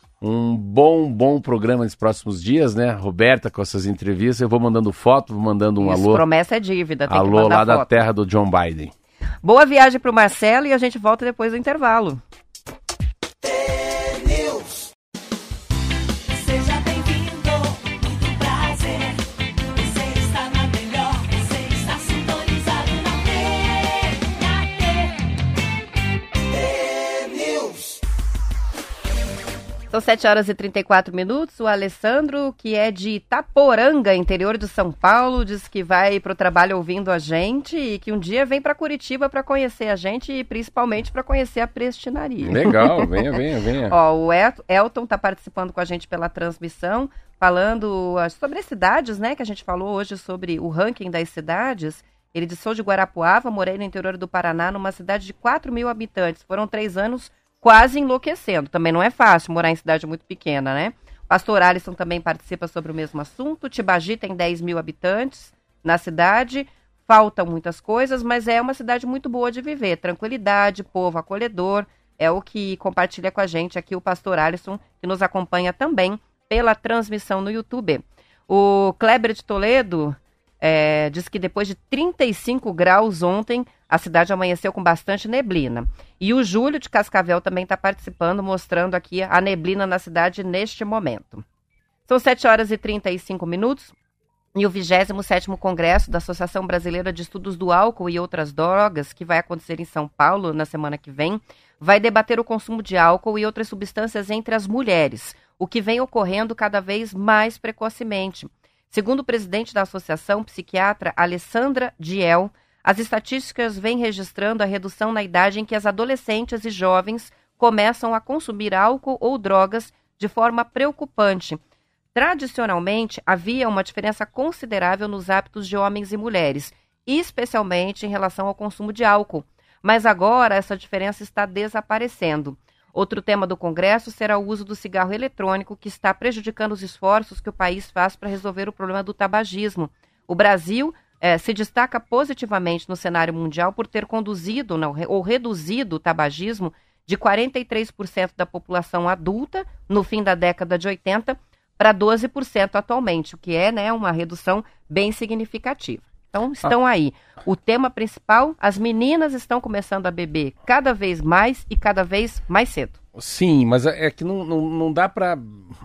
Um bom, bom programa nos próximos dias, né? Roberta com essas entrevistas, eu vou mandando foto, vou mandando um Isso, alô. promessa é dívida, tem alô que mandar lá da foto. terra do John Biden. Boa viagem pro Marcelo e a gente volta depois do intervalo. São sete horas e trinta e quatro minutos. O Alessandro, que é de Itaporanga, interior de São Paulo, diz que vai para o trabalho ouvindo a gente e que um dia vem para Curitiba para conhecer a gente e principalmente para conhecer a prestinaria. Legal, venha, venha, venha. Ó, o El- Elton está participando com a gente pela transmissão, falando ah, sobre as cidades, né? Que a gente falou hoje sobre o ranking das cidades. Ele disse: sou de Guarapuava, morei no interior do Paraná, numa cidade de quatro mil habitantes. Foram três anos quase enlouquecendo. Também não é fácil morar em cidade muito pequena, né? Pastor Alisson também participa sobre o mesmo assunto. Tibagi tem dez mil habitantes na cidade. Faltam muitas coisas, mas é uma cidade muito boa de viver. Tranquilidade, povo acolhedor. É o que compartilha com a gente aqui o pastor Alisson, que nos acompanha também pela transmissão no YouTube. O Kleber de Toledo é, diz que depois de trinta e cinco graus ontem, a cidade amanheceu com bastante neblina. E o Júlio de Cascavel também está participando, mostrando aqui a neblina na cidade neste momento. São sete horas e trinta e cinco minutos e o vigésimo sétimo Congresso da Associação Brasileira de Estudos do Álcool e Outras Drogas, que vai acontecer em São Paulo na semana que vem, vai debater o consumo de álcool e outras substâncias entre as mulheres, o que vem ocorrendo cada vez mais precocemente. Segundo o presidente da associação, psiquiatra Alessandra Diel, as estatísticas vêm registrando a redução na idade em que as adolescentes e jovens começam a consumir álcool ou drogas de forma preocupante. Tradicionalmente, havia uma diferença considerável nos hábitos de homens e mulheres, especialmente em relação ao consumo de álcool. Mas agora essa diferença está desaparecendo. Outro tema do Congresso será o uso do cigarro eletrônico, que está prejudicando os esforços que o país faz para resolver o problema do tabagismo. O Brasil eh, se destaca positivamente no cenário mundial por ter conduzido não, ou reduzido o tabagismo de quarenta e três por cento da população adulta no fim da década de oitenta para doze por cento atualmente, o que é, né, uma redução bem significativa. Então, estão ah. aí. O tema principal, as meninas estão começando a beber cada vez mais e cada vez mais cedo. Sim, mas é que não, não, não dá para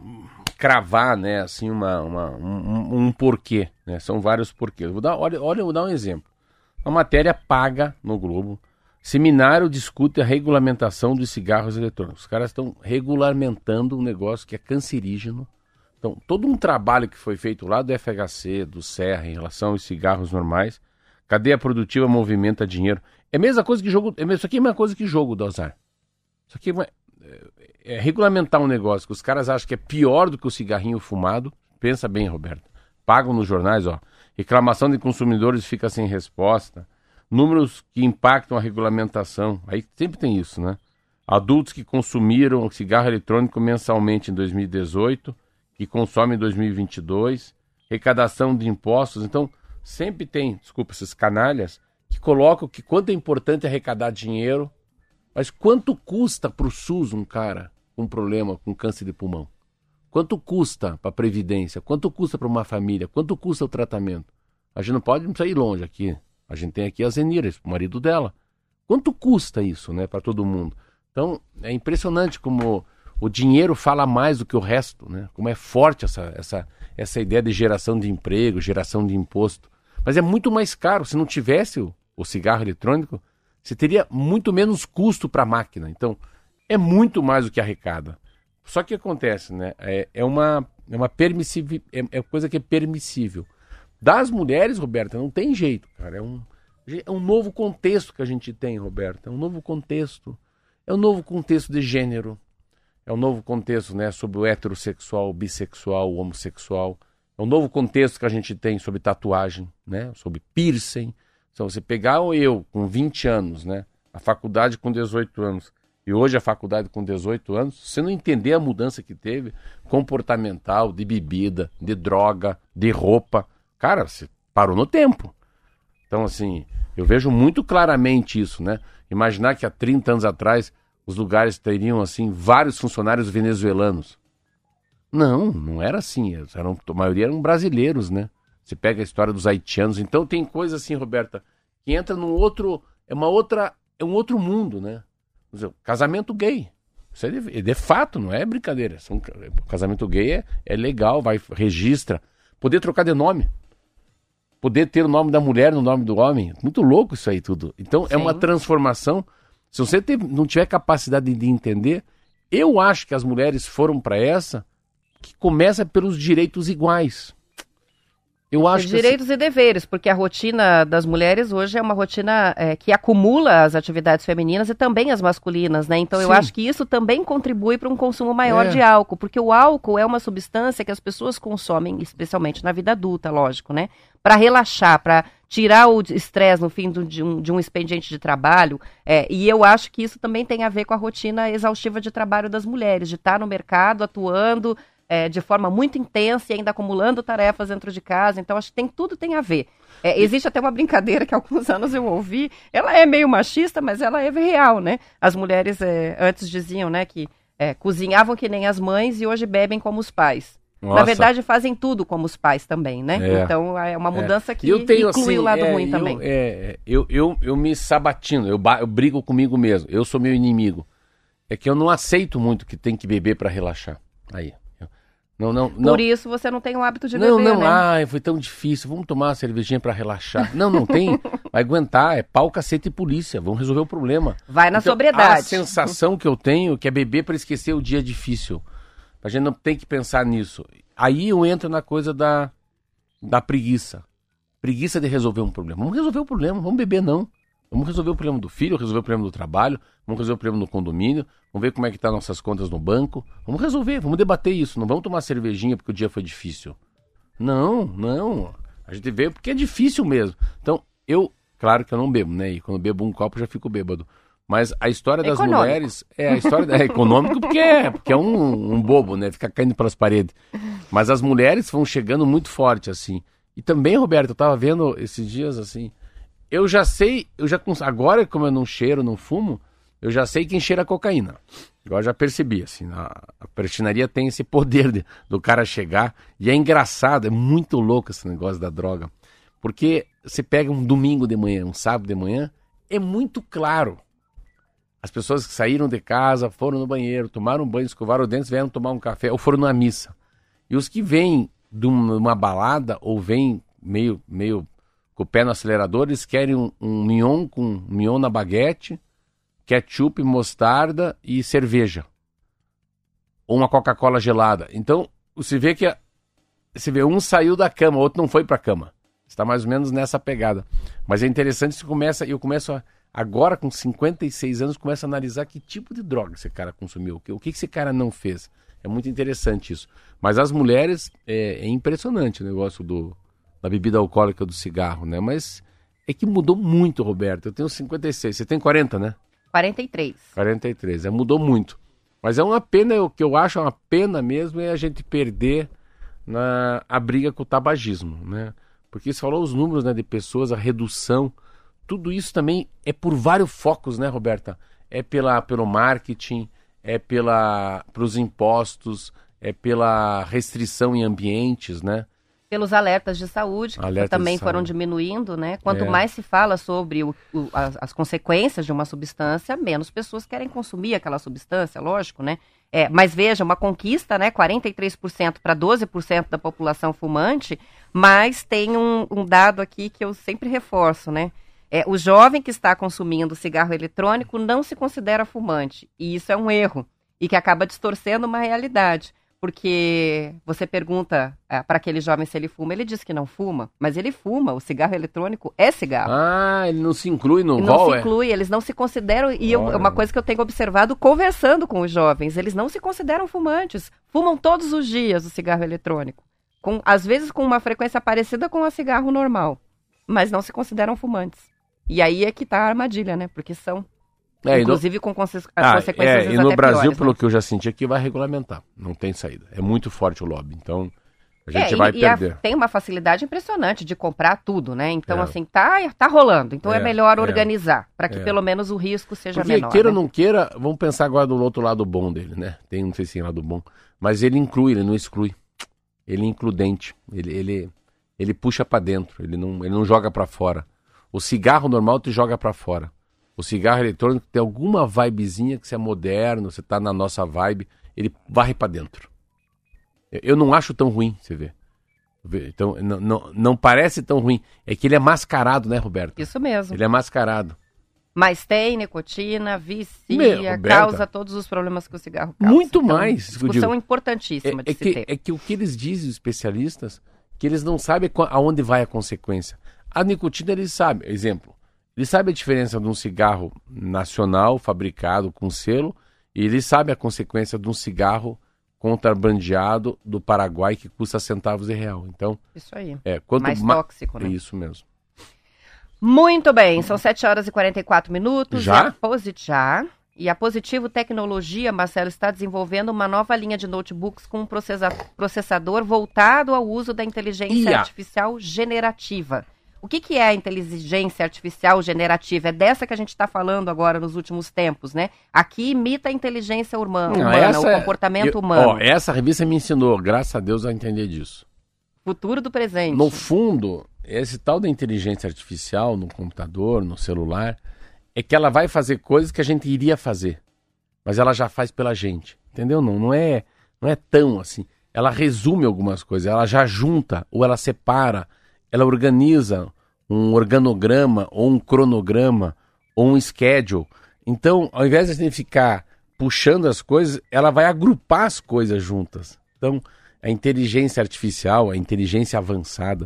cravar, né, assim, uma, uma, um, um porquê, né? São vários porquês. Vou dar, olha, olha, eu vou dar um exemplo. Uma matéria paga no Globo. Seminário discute a regulamentação dos cigarros eletrônicos. Os caras estão regulamentando um negócio que é cancerígeno. Então, todo um trabalho que foi feito lá do F H C, do Serra, em relação aos cigarros normais, cadeia produtiva movimenta dinheiro. É a mesma coisa que jogo. É, isso aqui é a mesma coisa que jogo, Dosar. Isso aqui é, é, é regulamentar um negócio que os caras acham que é pior do que o cigarrinho fumado. Pensa bem, Roberto. Pagam nos jornais, ó. Reclamação de consumidores fica sem resposta. Números que impactam a regulamentação. Aí sempre tem isso, né? Adultos que consumiram cigarro eletrônico mensalmente em dois mil e dezoito, que consomem em dois mil e vinte e dois. Arrecadação de impostos. Então, sempre tem, desculpa, esses canalhas que colocam que quanto é importante arrecadar dinheiro, mas quanto custa para o SUS um cara com problema, com câncer de pulmão? Quanto custa para a Previdência? Quanto custa para uma família? Quanto custa o tratamento? A gente não pode sair longe aqui. A gente tem aqui a Zenira, o marido dela. Quanto custa isso, né, para todo mundo? Então, é impressionante como o dinheiro fala mais do que o resto, né? Como é forte essa, essa, essa ideia de geração de emprego, geração de imposto. Mas é muito mais caro. Se não tivesse o, o cigarro eletrônico, você teria muito menos custo para a máquina. Então, é muito mais do que arrecada. Só que acontece, né? É, é uma, é uma permissível, é, é coisa que é permissível. Das mulheres, Roberta, não tem jeito, cara. É um, é um novo contexto que a gente tem, Roberta. É um novo contexto. É um novo contexto de gênero. É um novo contexto, né, sobre o heterossexual, o bissexual, o homossexual. É um novo contexto que a gente tem sobre tatuagem, né? Sobre piercing. Então, você pegar eu com vinte anos, né? A faculdade com dezoito anos. E hoje a faculdade com dezoito anos, se você não entender a mudança que teve, comportamental, de bebida, de droga, de roupa, cara, você parou no tempo. Então, assim, eu vejo muito claramente isso, né? Imaginar que há trinta anos atrás os lugares teriam, assim, vários funcionários venezuelanos. Não, não era assim. Eram, a maioria eram brasileiros, né? Você pega a história dos haitianos. Então tem coisa assim, Roberta, que entra num outro, é uma outra, é um outro mundo, né? Casamento gay, isso é de, é de fato, não é brincadeira. São, casamento gay é, é legal, vai, registra. Poder trocar de nome, poder ter o nome da mulher no nome do homem, muito louco isso aí tudo. Então Sim. É uma transformação. Se você ter, não tiver capacidade de entender, eu acho que as mulheres foram para essa, que começa pelos direitos iguais. Eu acho direitos que... e deveres, porque a rotina das mulheres hoje é uma rotina é, que acumula as atividades femininas e também as masculinas, né? Então Sim. eu acho que isso também contribui para um consumo maior é. de álcool, porque o álcool é uma substância que as pessoas consomem, especialmente na vida adulta, lógico, né? Para relaxar, para tirar o estresse no fim do, de, um, de um expediente de trabalho, é, e eu acho que isso também tem a ver com a rotina exaustiva de trabalho das mulheres, de estar no mercado, atuando... É, de forma muito intensa e ainda acumulando tarefas dentro de casa. Então, acho que tem, tudo tem a ver. É, existe até uma brincadeira que há alguns anos eu ouvi. Ela é meio machista, mas ela é real, né? As mulheres é, antes diziam, né, que é, cozinhavam que nem as mães e hoje bebem como os pais. Nossa. Na verdade, fazem tudo como os pais também, né? É. Então, é uma mudança é. que eu tenho, inclui assim, o lado é, ruim eu, também. É, eu, eu, eu me sabatino, eu, eu brigo comigo mesmo. Eu sou meu inimigo. É que eu não aceito muito que tem que beber para relaxar. Aí... Não, não, não. Por isso você não tem o hábito de não, beber, não, né? Ai, foi tão difícil, vamos tomar uma cervejinha pra relaxar. Não, não tem, vai aguentar, é pau, cacete e polícia, vamos resolver o problema. Vai na então, sobriedade. A sensação que eu tenho que é beber pra esquecer o dia difícil. A gente não tem que pensar nisso. Aí eu entro na coisa da, da preguiça. Preguiça de resolver um problema. Vamos resolver o problema, vamos beber não. Vamos resolver o problema do filho, resolver o problema do trabalho, vamos resolver o problema do condomínio, vamos ver como é que tá nossas contas no banco. Vamos resolver, vamos debater isso. Não vamos tomar cervejinha porque o dia foi difícil. Não, não. A gente veio porque é difícil mesmo. Então, eu, claro que eu não bebo, né? E quando eu bebo um copo eu já fico bêbado. Mas a história das econômico. mulheres... É, a história é econômico porque é, porque é um, um bobo, né? Fica caindo pelas paredes. Mas as mulheres vão chegando muito forte, assim. E também, Roberto, eu tava vendo esses dias, assim... Eu já sei, eu já agora como eu não cheiro, não fumo, eu já sei quem cheira cocaína. Agora já percebi, assim, a, a prestinaria tem esse poder de, do cara chegar, e é engraçado, é muito louco esse negócio da droga, porque você pega um domingo de manhã, um sábado de manhã, é muito claro. As pessoas que saíram de casa, foram no banheiro, tomaram um banho, escovaram os dentes, vieram tomar um café ou foram numa missa. E os que vêm de uma balada ou vêm meio, meio com o pé no acelerador, eles querem um, um mignon com um mignon na baguete, ketchup, mostarda e cerveja. Ou uma Coca-Cola gelada. Então, você vê que você vê um saiu da cama, o outro não foi para a cama. Está mais ou menos nessa pegada. Mas é interessante, você começa, eu começo a, agora com cinquenta e seis anos, começo a analisar que tipo de droga esse cara consumiu, o que esse cara não fez. É muito interessante isso. Mas as mulheres, é, é impressionante o negócio do, da bebida alcoólica, do cigarro, né? Mas é que mudou muito, Roberto. Eu tenho cinquenta e seis, você tem quarenta, né? quarenta e três. quarenta e três, é, mudou muito. Mas é uma pena, o que eu acho uma pena mesmo é a gente perder na, a briga com o tabagismo, né? Porque você falou os números, né, de pessoas, a redução, tudo isso também é por vários focos, né, Roberta? É pela, pelo marketing, é pela, pelos impostos, é pela restrição em ambientes, né? Pelos alertas de saúde, que Alertas também de foram saúde. diminuindo, né? Quanto É. mais se fala sobre o, o, as, as consequências de uma substância, menos pessoas querem consumir aquela substância, lógico, né? É, mas veja, uma conquista, né? quarenta e três por cento para doze por cento da população fumante, mas tem um, um dado aqui que eu sempre reforço, né? É, o jovem que está consumindo cigarro eletrônico não se considera fumante, e isso é um erro, e que acaba distorcendo uma realidade. Porque você pergunta é, para aquele jovem se ele fuma, ele diz que não fuma, mas ele fuma, o cigarro eletrônico é cigarro. Ah, ele não se inclui no E não rol, se é? inclui, eles não se consideram, e eu, é uma coisa que eu tenho observado conversando com os jovens, eles não se consideram fumantes, fumam todos os dias o cigarro eletrônico, com, às vezes com uma frequência parecida com o cigarro normal, mas não se consideram fumantes. E aí é que tá a armadilha, né, porque são... É, Inclusive com conse ah, consequências é, e no até Brasil, piores, pelo né? que eu já senti aqui, vai regulamentar. Não tem saída. É muito forte o lobby. Então, a gente é, vai e, e a, perder. tem uma facilidade impressionante de comprar tudo, né? Então, É. assim, tá, tá rolando. Então é, É, melhor é. organizar, para que É. pelo menos o risco seja Porque menor. queira né? ou não queira, vamos pensar agora do outro lado bom dele, né? Tem, não sei se tem lado bom. Mas ele inclui, ele não exclui. Ele é includente. Ele, ele, ele puxa para dentro. Ele não, ele não joga para fora. O cigarro normal te joga para fora. O cigarro eletrônico tem alguma vibezinha que você é moderno, você tá na nossa vibe, ele varre para dentro. Eu não acho tão ruim, você vê. Então, não, não, não parece tão ruim. É que ele é mascarado, né, Roberto? Isso mesmo. Ele é mascarado. Mas tem nicotina, vicia, Meu, Roberta, causa todos os problemas que o cigarro causa. Muito Então, mais, eu discussão digo. importantíssima É, de é, se que, ter. é que o que eles dizem, os especialistas, que eles não sabem qua- aonde vai a consequência. A nicotina, eles sabem. Exemplo, eles sabem a diferença de um cigarro nacional, fabricado com selo, e eles sabem a consequência de um cigarro contrabandeado do Paraguai que custa centavos de real. Então, Isso aí. é, quanto Mais ma- tóxico, né? É isso mesmo. Muito bem, são sete horas e quarenta e quatro minutos. Já? E a Posit- já. E a Positivo Tecnologia, Marcelo, está desenvolvendo uma nova linha de notebooks com um processa- processador voltado ao uso da inteligência Ia. artificial generativa. O que, que é a inteligência artificial generativa? É dessa que a gente está falando agora nos últimos tempos, né? Aqui imita a inteligência urma- Não, humana, essa o é- comportamento eu- humano. Ó, essa revista me ensinou, graças a Deus, a entender disso. Futuro do presente. No fundo, esse tal da inteligência artificial no computador, no celular, é que ela vai fazer coisas que a gente iria fazer, mas ela já faz pela gente, entendeu? Não, não é, não é tão assim. Ela resume algumas coisas, ela já junta ou ela separa, ela organiza um organograma ou um cronograma ou um schedule. Então, ao invés de a gente ficar puxando as coisas, ela vai agrupar as coisas juntas. Então, a inteligência artificial, a inteligência avançada,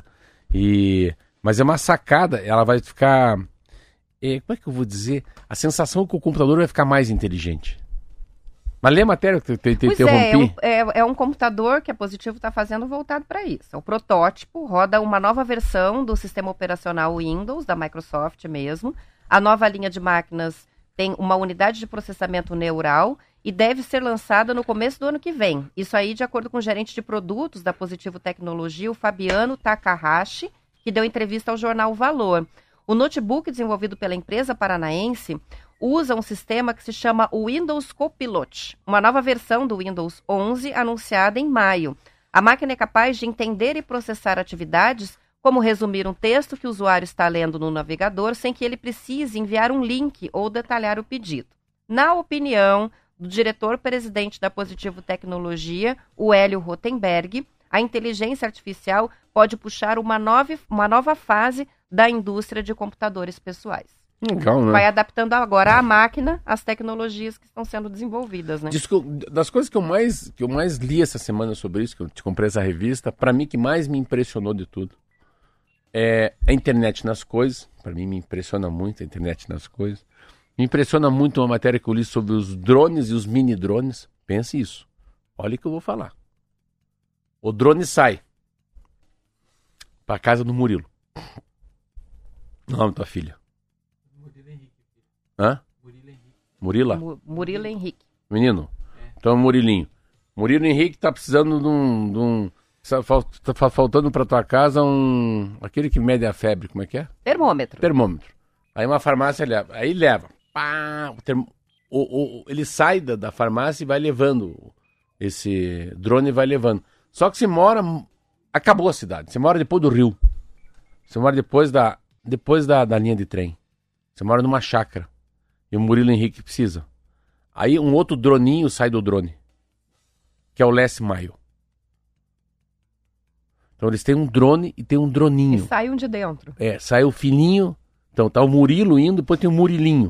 e mas é uma sacada, ela vai ficar... É, como é que eu vou dizer? A sensação é que o computador vai ficar mais inteligente. Mas lê a matéria que eu te, te Pois é, é um, interrompi. é, é um computador que a Positivo está fazendo voltado para isso. O protótipo roda uma nova versão do sistema operacional Windows, da Microsoft mesmo. A nova linha de máquinas tem uma unidade de processamento neural e deve ser lançada no começo do ano que vem. Isso aí de acordo com o gerente de produtos da Positivo Tecnologia, o Fabiano Takahashi, que deu entrevista ao jornal Valor. O notebook desenvolvido pela empresa paranaense usa um sistema que se chama Windows Copilot, uma nova versão do Windows onze anunciada em maio. A máquina é capaz de entender e processar atividades como resumir um texto que o usuário está lendo no navegador sem que ele precise enviar um link ou detalhar o pedido. Na opinião do diretor-presidente da Positivo Tecnologia, o Hélio Rotenberg, a inteligência artificial pode puxar uma nova, uma nova fase da indústria de computadores pessoais. Legal, né? Vai adaptando agora a máquina às tecnologias que estão sendo desenvolvidas, né? Diz que eu- das coisas que eu, mais, que eu mais li essa semana sobre isso, que eu te comprei essa revista, para mim que mais me impressionou de tudo é a internet nas coisas. Para mim me impressiona muito a internet nas coisas. Me impressiona muito uma matéria que eu li sobre os drones e os mini drones. Pense isso. Olha o que eu vou falar. O drone sai para casa do Murilo. O nome da tua filha? Hã? Murila? Mu- Murilo Henrique. Menino? Então, Murilinho. Murilo Henrique tá precisando de um... De um sa- fal- tá fa- faltando pra tua casa um... Aquele que mede a febre, como é que é? Termômetro. Termômetro. Aí uma farmácia leva. Aí leva. Pá, o term- o- o- ele sai da, da farmácia e vai levando. Esse drone vai levando. Só que você mora... Acabou a cidade. Você mora depois do rio. Você mora depois da, depois da, da linha de trem. Você mora numa chácara. E o Murilo Henrique precisa. Aí um outro droninho sai do drone. Que é o Last Mile. Então eles têm um drone e tem um E droninho. sai um de dentro. É, sai o filhinho. Então tá o Murilo indo, depois tem o Murilinho.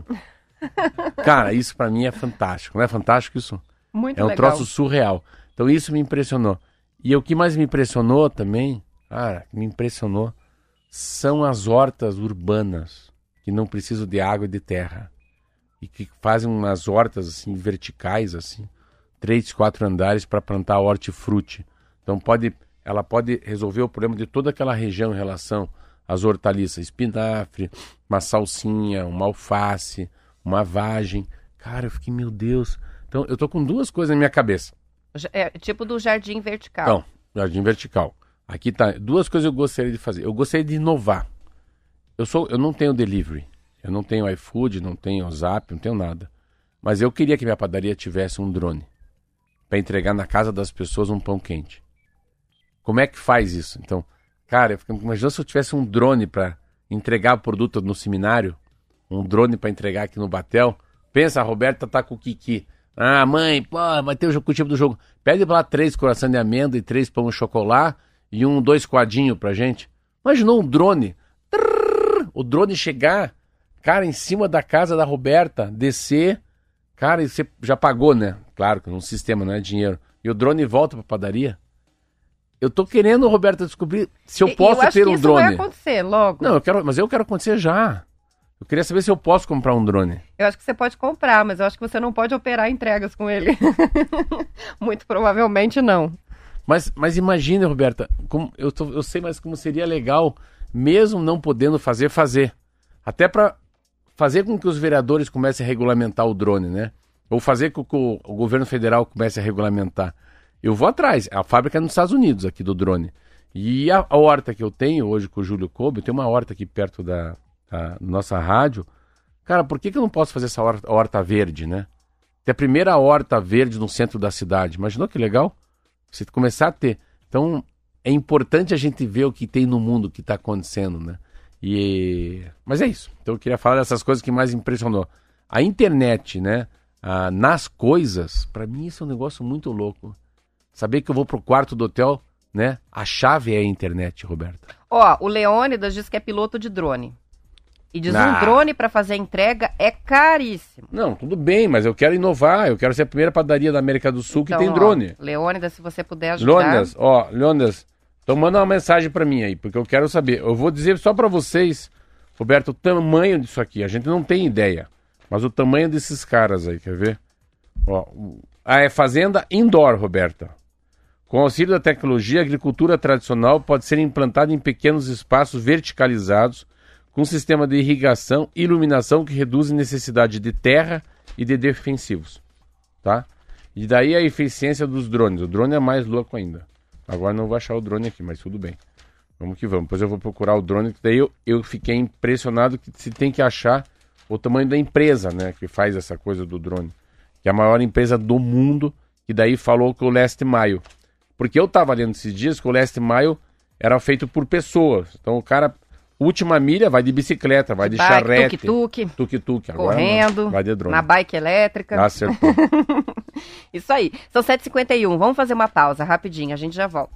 Cara, isso pra mim é fantástico. Não é fantástico isso? Muito É um legal. troço surreal. Então isso me impressionou. E o que mais me impressionou também, cara, me impressionou, são as hortas urbanas, que não precisam de água e de terra. E que fazem umas hortas assim, verticais, assim, três, quatro andares para plantar hortifruti. Então pode, ela pode resolver o problema de toda aquela região em relação às hortaliças. Espinafre, uma salsinha, uma alface, uma vagem. Cara, eu fiquei, meu Deus. Então eu tô com duas coisas na minha cabeça. É tipo do jardim vertical. Então, jardim vertical. Aqui tá, duas coisas eu gostaria de fazer. Eu gostaria de inovar. Eu sou, eu não tenho delivery. Eu não tenho iFood, não tenho Zap, não tenho nada. Mas eu queria que minha padaria tivesse um drone para entregar na casa das pessoas um pão quente. Como é que faz isso? Então, cara, eu fico, imagina se eu tivesse um drone para entregar o produto no seminário, um drone para entregar aqui no Batel. Pensa, a Roberta tá com o Kiki. Ah, mãe, pô, vai ter o jogo, o tipo do jogo. Pede pra lá três coração de amêndoa e três pão de chocolate e um dois quadinhos pra gente. Imaginou um drone? Trrr, o drone chegar, cara, em cima da casa da Roberta, descer. Cara, e você já pagou, né? Claro que num sistema não é dinheiro. E o drone volta pra padaria. Eu tô querendo, Roberta, descobrir se eu E- e posso eu acho ter que um isso drone. vai acontecer logo. Não, eu quero, mas eu quero acontecer já. Eu queria saber se eu posso comprar um drone. Eu acho que você pode comprar, mas eu acho que você não pode operar entregas com ele. Muito provavelmente não. Mas, mas imagine, Roberta, como, eu, tô, eu sei, mas como seria legal, mesmo não podendo fazer, fazer. Até para fazer com que os vereadores comecem a regulamentar o drone, né? Ou fazer com que o, o governo federal comece a regulamentar. Eu vou atrás. A fábrica é nos Estados Unidos, aqui do drone. E a, a horta que eu tenho hoje com o Júlio Kobe, eu tenho uma horta aqui perto da, da nossa rádio. Cara, por que, que eu não posso fazer essa horta, horta verde, né? Ter a primeira horta verde no centro da cidade. Imaginou que legal? Você começar a ter. Então, é importante a gente ver o que tem no mundo, o que está acontecendo, né? E... Mas é isso. Então, eu queria falar dessas coisas que mais impressionou. A internet, né? Ah, nas coisas, para mim isso é um negócio muito louco. Saber que eu vou pro quarto do hotel, né? A chave é a internet, Roberta. Ó, o Leônidas diz que é piloto de drone. E diz Ah. um drone para fazer a entrega é caríssimo. Não, tudo bem, mas eu quero inovar. Eu quero ser a primeira padaria da América do Sul Então, que tem ó, drone. Leônidas, se você puder ajudar. Leônidas, ó, Leônidas, então manda uma mensagem pra mim aí, porque eu quero saber. Eu vou dizer só pra vocês, Roberto, o tamanho disso aqui. A gente não tem ideia, mas o tamanho desses caras aí, quer ver? Ó, o- ah, é fazenda indoor, Roberta. Com auxílio da tecnologia, a agricultura tradicional pode ser implantada em pequenos espaços verticalizados, com sistema de irrigação e iluminação que reduzem necessidade de terra e de defensivos, tá? E daí a eficiência dos drones. O drone é mais louco ainda. Agora não vou achar o drone aqui, mas tudo bem. Vamos que vamos. Depois eu vou procurar o drone, que daí eu, eu fiquei impressionado que se tem que achar o tamanho da empresa, né, que faz essa coisa do drone. Que é a maior empresa do mundo, que daí falou que o Last Mile. Porque eu tava lendo esses dias que o Last Mile era feito por pessoas. Então o cara, última milha, vai de bicicleta, vai de, de bike, charrete. Tuk-tuk. Tuk-tuk. Agora correndo. Não, vai de drone. Na bike elétrica. Ah, acertou. Isso aí. São sete e cinquenta e um. Vamos fazer uma pausa rapidinho. A gente já volta.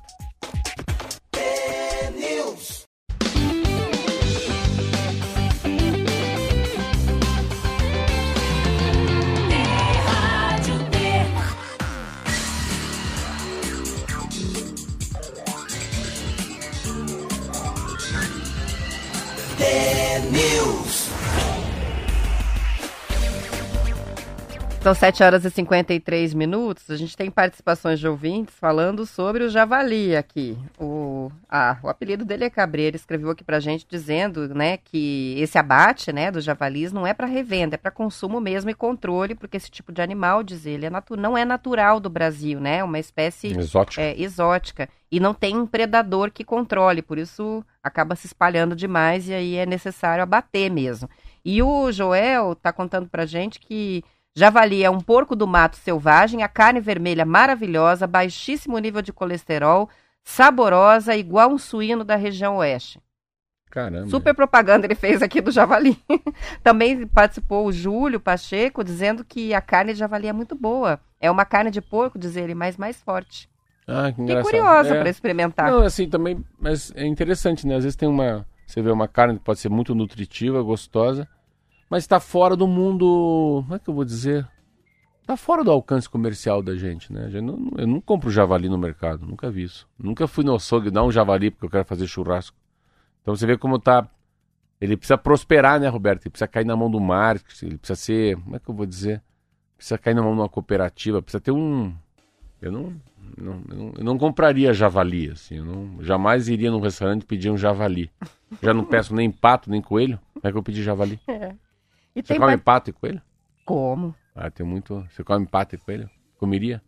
São sete horas e cinquenta e três minutos. A gente tem participações de ouvintes falando sobre o javali aqui. O, ah, o apelido dele é Cabreira, escreveu aqui pra gente dizendo, né, que esse abate, né, dos javalis não é para revenda, é para consumo mesmo e controle, porque esse tipo de animal, diz ele, é natu- não é natural do Brasil, né? É uma espécie exótica. É, exótica. E não tem um predador que controle, por isso acaba se espalhando demais e aí é necessário abater mesmo. E o Joel tá contando pra gente que javali é um porco do mato selvagem, a carne vermelha maravilhosa, baixíssimo nível de colesterol, saborosa, igual um suíno da região oeste. Caramba. Super propaganda ele fez aqui do javali. Também participou o Júlio Pacheco, dizendo que a carne de javali é muito boa. É uma carne de porco, diz ele, mas mais forte. Ah, que Fiquei engraçado. curiosa é. para experimentar. Não, assim, também, mas é interessante, né? Às vezes tem uma, você vê uma carne que pode ser muito nutritiva, gostosa, mas está fora do mundo, como é que eu vou dizer? Está fora do alcance comercial da gente, né? Eu não, eu não compro javali no mercado, nunca vi isso. Nunca fui no açougue dar um javali porque eu quero fazer churrasco. Então você vê como tá, ele precisa prosperar, né, Roberto? Ele precisa cair na mão do marketing, ele precisa ser, como é que eu vou dizer? Precisa cair na mão de uma cooperativa, precisa ter um... Eu não, não, eu não, eu não compraria javali, assim, eu não, jamais iria num restaurante pedir um javali. Já não peço nem pato, nem coelho, como é que eu pedi javali? É. E Você tem come pa- pato e coelho? Como? Ah, tem muito... Você come pato e coelho? Comeria?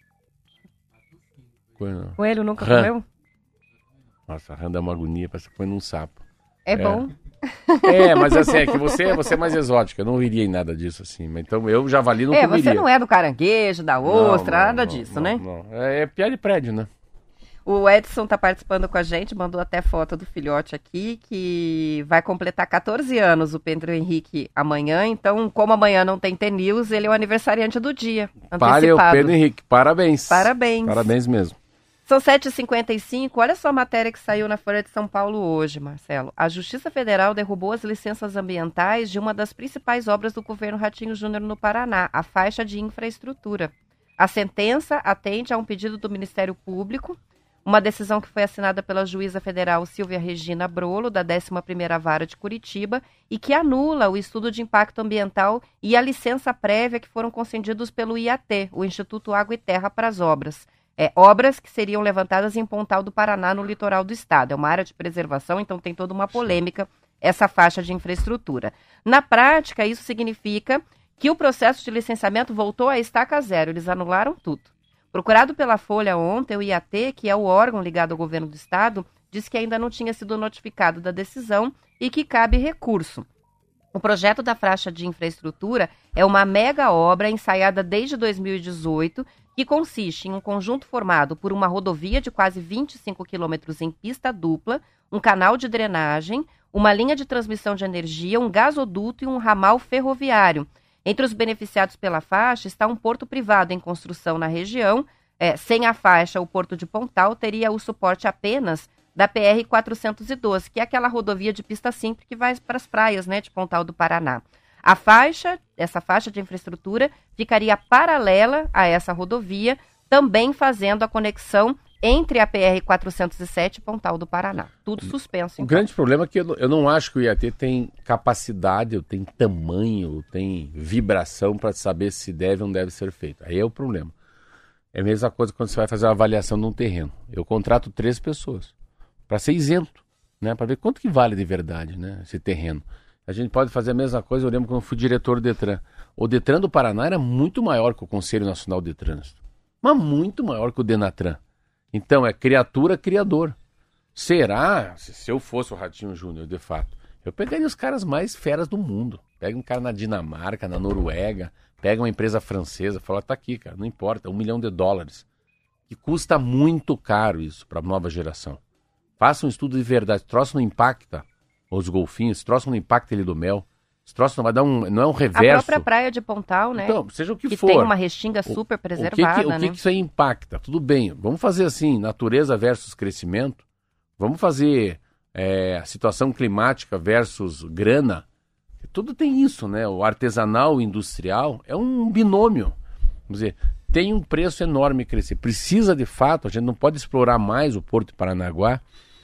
Coelho não. Coelho nunca Rã. comeu? Nossa, a rã dá uma agonia, parece que põe num sapo. É, É. bom. É, mas assim, é que você, você é mais exótica, eu não iria em nada disso, assim. Mas então eu javali não É, comeria. você não é do caranguejo, da ostra, Não, não, nada não, disso, não, né? não. É, é piada de prédio, né? O Edson tá participando com a gente, mandou até foto do filhote aqui, que vai completar catorze anos, o Pedro Henrique, amanhã. Então, como amanhã não tem T-News, ele é o aniversariante do dia, Valeu, antecipado. Pedro Henrique, parabéns. Parabéns. Parabéns mesmo. São sete e cinquenta e cinco, olha só a matéria que saiu na Folha de São Paulo hoje, Marcelo. A Justiça Federal derrubou as licenças ambientais de uma das principais obras do governo Ratinho Júnior no Paraná, a faixa de infraestrutura. A sentença atende a um pedido do Ministério Público, uma decisão que foi assinada pela juíza federal Silvia Regina Brolo, da décima primeira Vara de Curitiba, e que anula o estudo de impacto ambiental e a licença prévia que foram concedidos pelo I A T, o Instituto Água e Terra, para as obras. É, obras que seriam levantadas em Pontal do Paraná, no litoral do estado. É uma área de preservação, então tem toda uma polêmica essa faixa de infraestrutura. Na prática, isso significa que o processo de licenciamento voltou a estaca zero. Eles anularam tudo. Procurado pela Folha ontem, o I A T, que é o órgão ligado ao governo do estado, disse que ainda não tinha sido notificado da decisão e que cabe recurso. O projeto da faixa de infraestrutura é uma mega obra ensaiada desde dois mil e dezoito, que consiste em um conjunto formado por uma rodovia de quase vinte e cinco quilômetros em pista dupla, um canal de drenagem, uma linha de transmissão de energia, um gasoduto e um ramal ferroviário. Entre os beneficiados pela faixa está um porto privado em construção na região. É, sem a faixa, o porto de Pontal teria o suporte apenas da P R quatrocentos e doze, que é aquela rodovia de pista simples que vai para as praias, né, de Pontal do Paraná. A faixa, essa faixa de infraestrutura, ficaria paralela a essa rodovia, também fazendo a conexão entre a P R quatrocentos e sete e Pontal do Paraná. Tudo suspenso. O Então. grande problema é que eu, não- eu não acho que o I A T tem capacidade, ou tem tamanho, ou tem vibração para saber se deve ou não deve ser feito. Aí é o problema. É a mesma coisa quando você vai fazer uma avaliação de um terreno. Eu contrato três pessoas para ser isento, né? Para ver quanto que vale de verdade, né, esse terreno. A gente pode fazer a mesma coisa, eu lembro quando eu fui diretor do Detran. O Detran do Paraná era muito maior que o Conselho Nacional de Trânsito. Mas muito maior que o Denatran. Então, é criatura, criador. Será, se se eu fosse o Ratinho Júnior, de fato, eu pegaria os caras mais feras do mundo. Pega um cara na Dinamarca, na Noruega, pega uma empresa francesa, fala, tá aqui, cara, não importa, um milhão de dólares. E custa muito caro isso para a nova geração. Faça um estudo de verdade. Esse troço não impacta os golfinhos, esse troço não impacta ele do mel. Esse troço não vai dar um... Não é um reverso. A própria praia de Pontal, né? Então, seja o que, que for. Que tem uma restinga super o, preservada, o que que, né? O que, que isso aí impacta? Tudo bem, vamos fazer assim, natureza versus crescimento. Vamos fazer é, situação climática versus grana. Tudo tem isso, né? O artesanal, o industrial, é um binômio. Vamos dizer, tem um preço enorme crescer. Precisa, de fato, a gente não pode explorar mais o Porto de Paranaguá.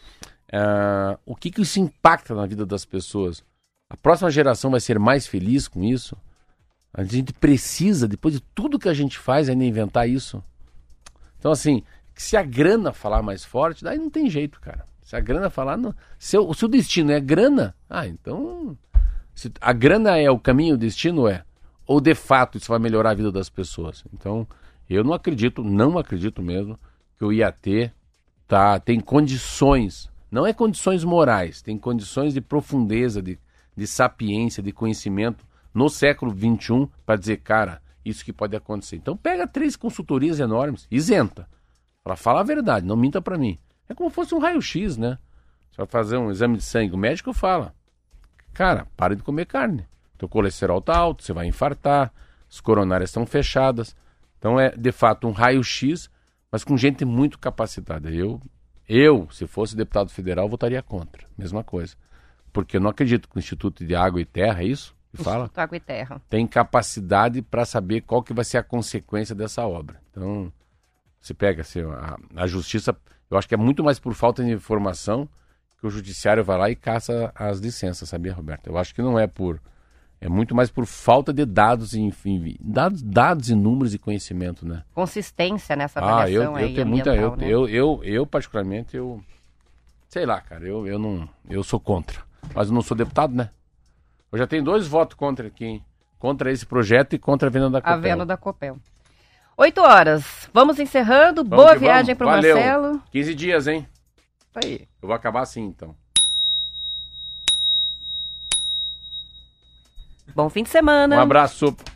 Uh, o que, que isso impacta na vida das pessoas? A próxima geração vai ser mais feliz com isso? A gente precisa, depois de tudo que a gente faz, ainda inventar isso. Então, assim, se a grana falar mais forte, daí não tem jeito, cara. Se a grana falar... Não, se o seu destino é grana, ah, então... Se a grana é o caminho, o destino é. Ou, de fato, isso vai melhorar a vida das pessoas. Então, eu não acredito, não acredito mesmo, que o I A T tá, tem condições... Não é condições morais, tem condições de profundeza, de... de sapiência, de conhecimento no século vinte e um para dizer, cara, isso que pode acontecer. Então pega três consultorias enormes, isenta. Fala, fala a verdade, não minta para mim. É como se fosse um raio-x, né? Você vai fazer um exame de sangue, o médico fala, cara, para de comer carne. Teu colesterol tá alto, você vai infartar, as coronárias estão fechadas. Então é, de fato, um raio-x, mas com gente muito capacitada. Eu, eu, se fosse deputado federal, votaria contra. Mesma coisa. Porque eu não acredito que o Instituto de Água e Terra, é isso que fala? Instituto Água e Terra. Tem capacidade para saber qual que vai ser a consequência dessa obra. Então, você pega assim, a, a justiça, eu acho que é muito mais por falta de informação que o judiciário vai lá e caça as licenças, sabia, Roberto? Eu acho que não é por... É muito mais por falta de dados, enfim, dados, dados e números e conhecimento, né? Consistência nessa ah, avaliação eu, eu aí tenho muita, eu, né? eu, eu, eu, particularmente, eu... Sei lá, cara, eu, eu não... Eu sou contra. Mas eu não sou deputado, né? Eu já tenho dois votos contra aqui, hein? Contra esse projeto e contra a venda da Copel. A venda da Copel. Oito horas. Vamos encerrando. Vamos Boa viagem para o Marcelo. quinze dias, hein? Isso aí. Eu vou acabar assim, então. Bom fim de semana. Um abraço.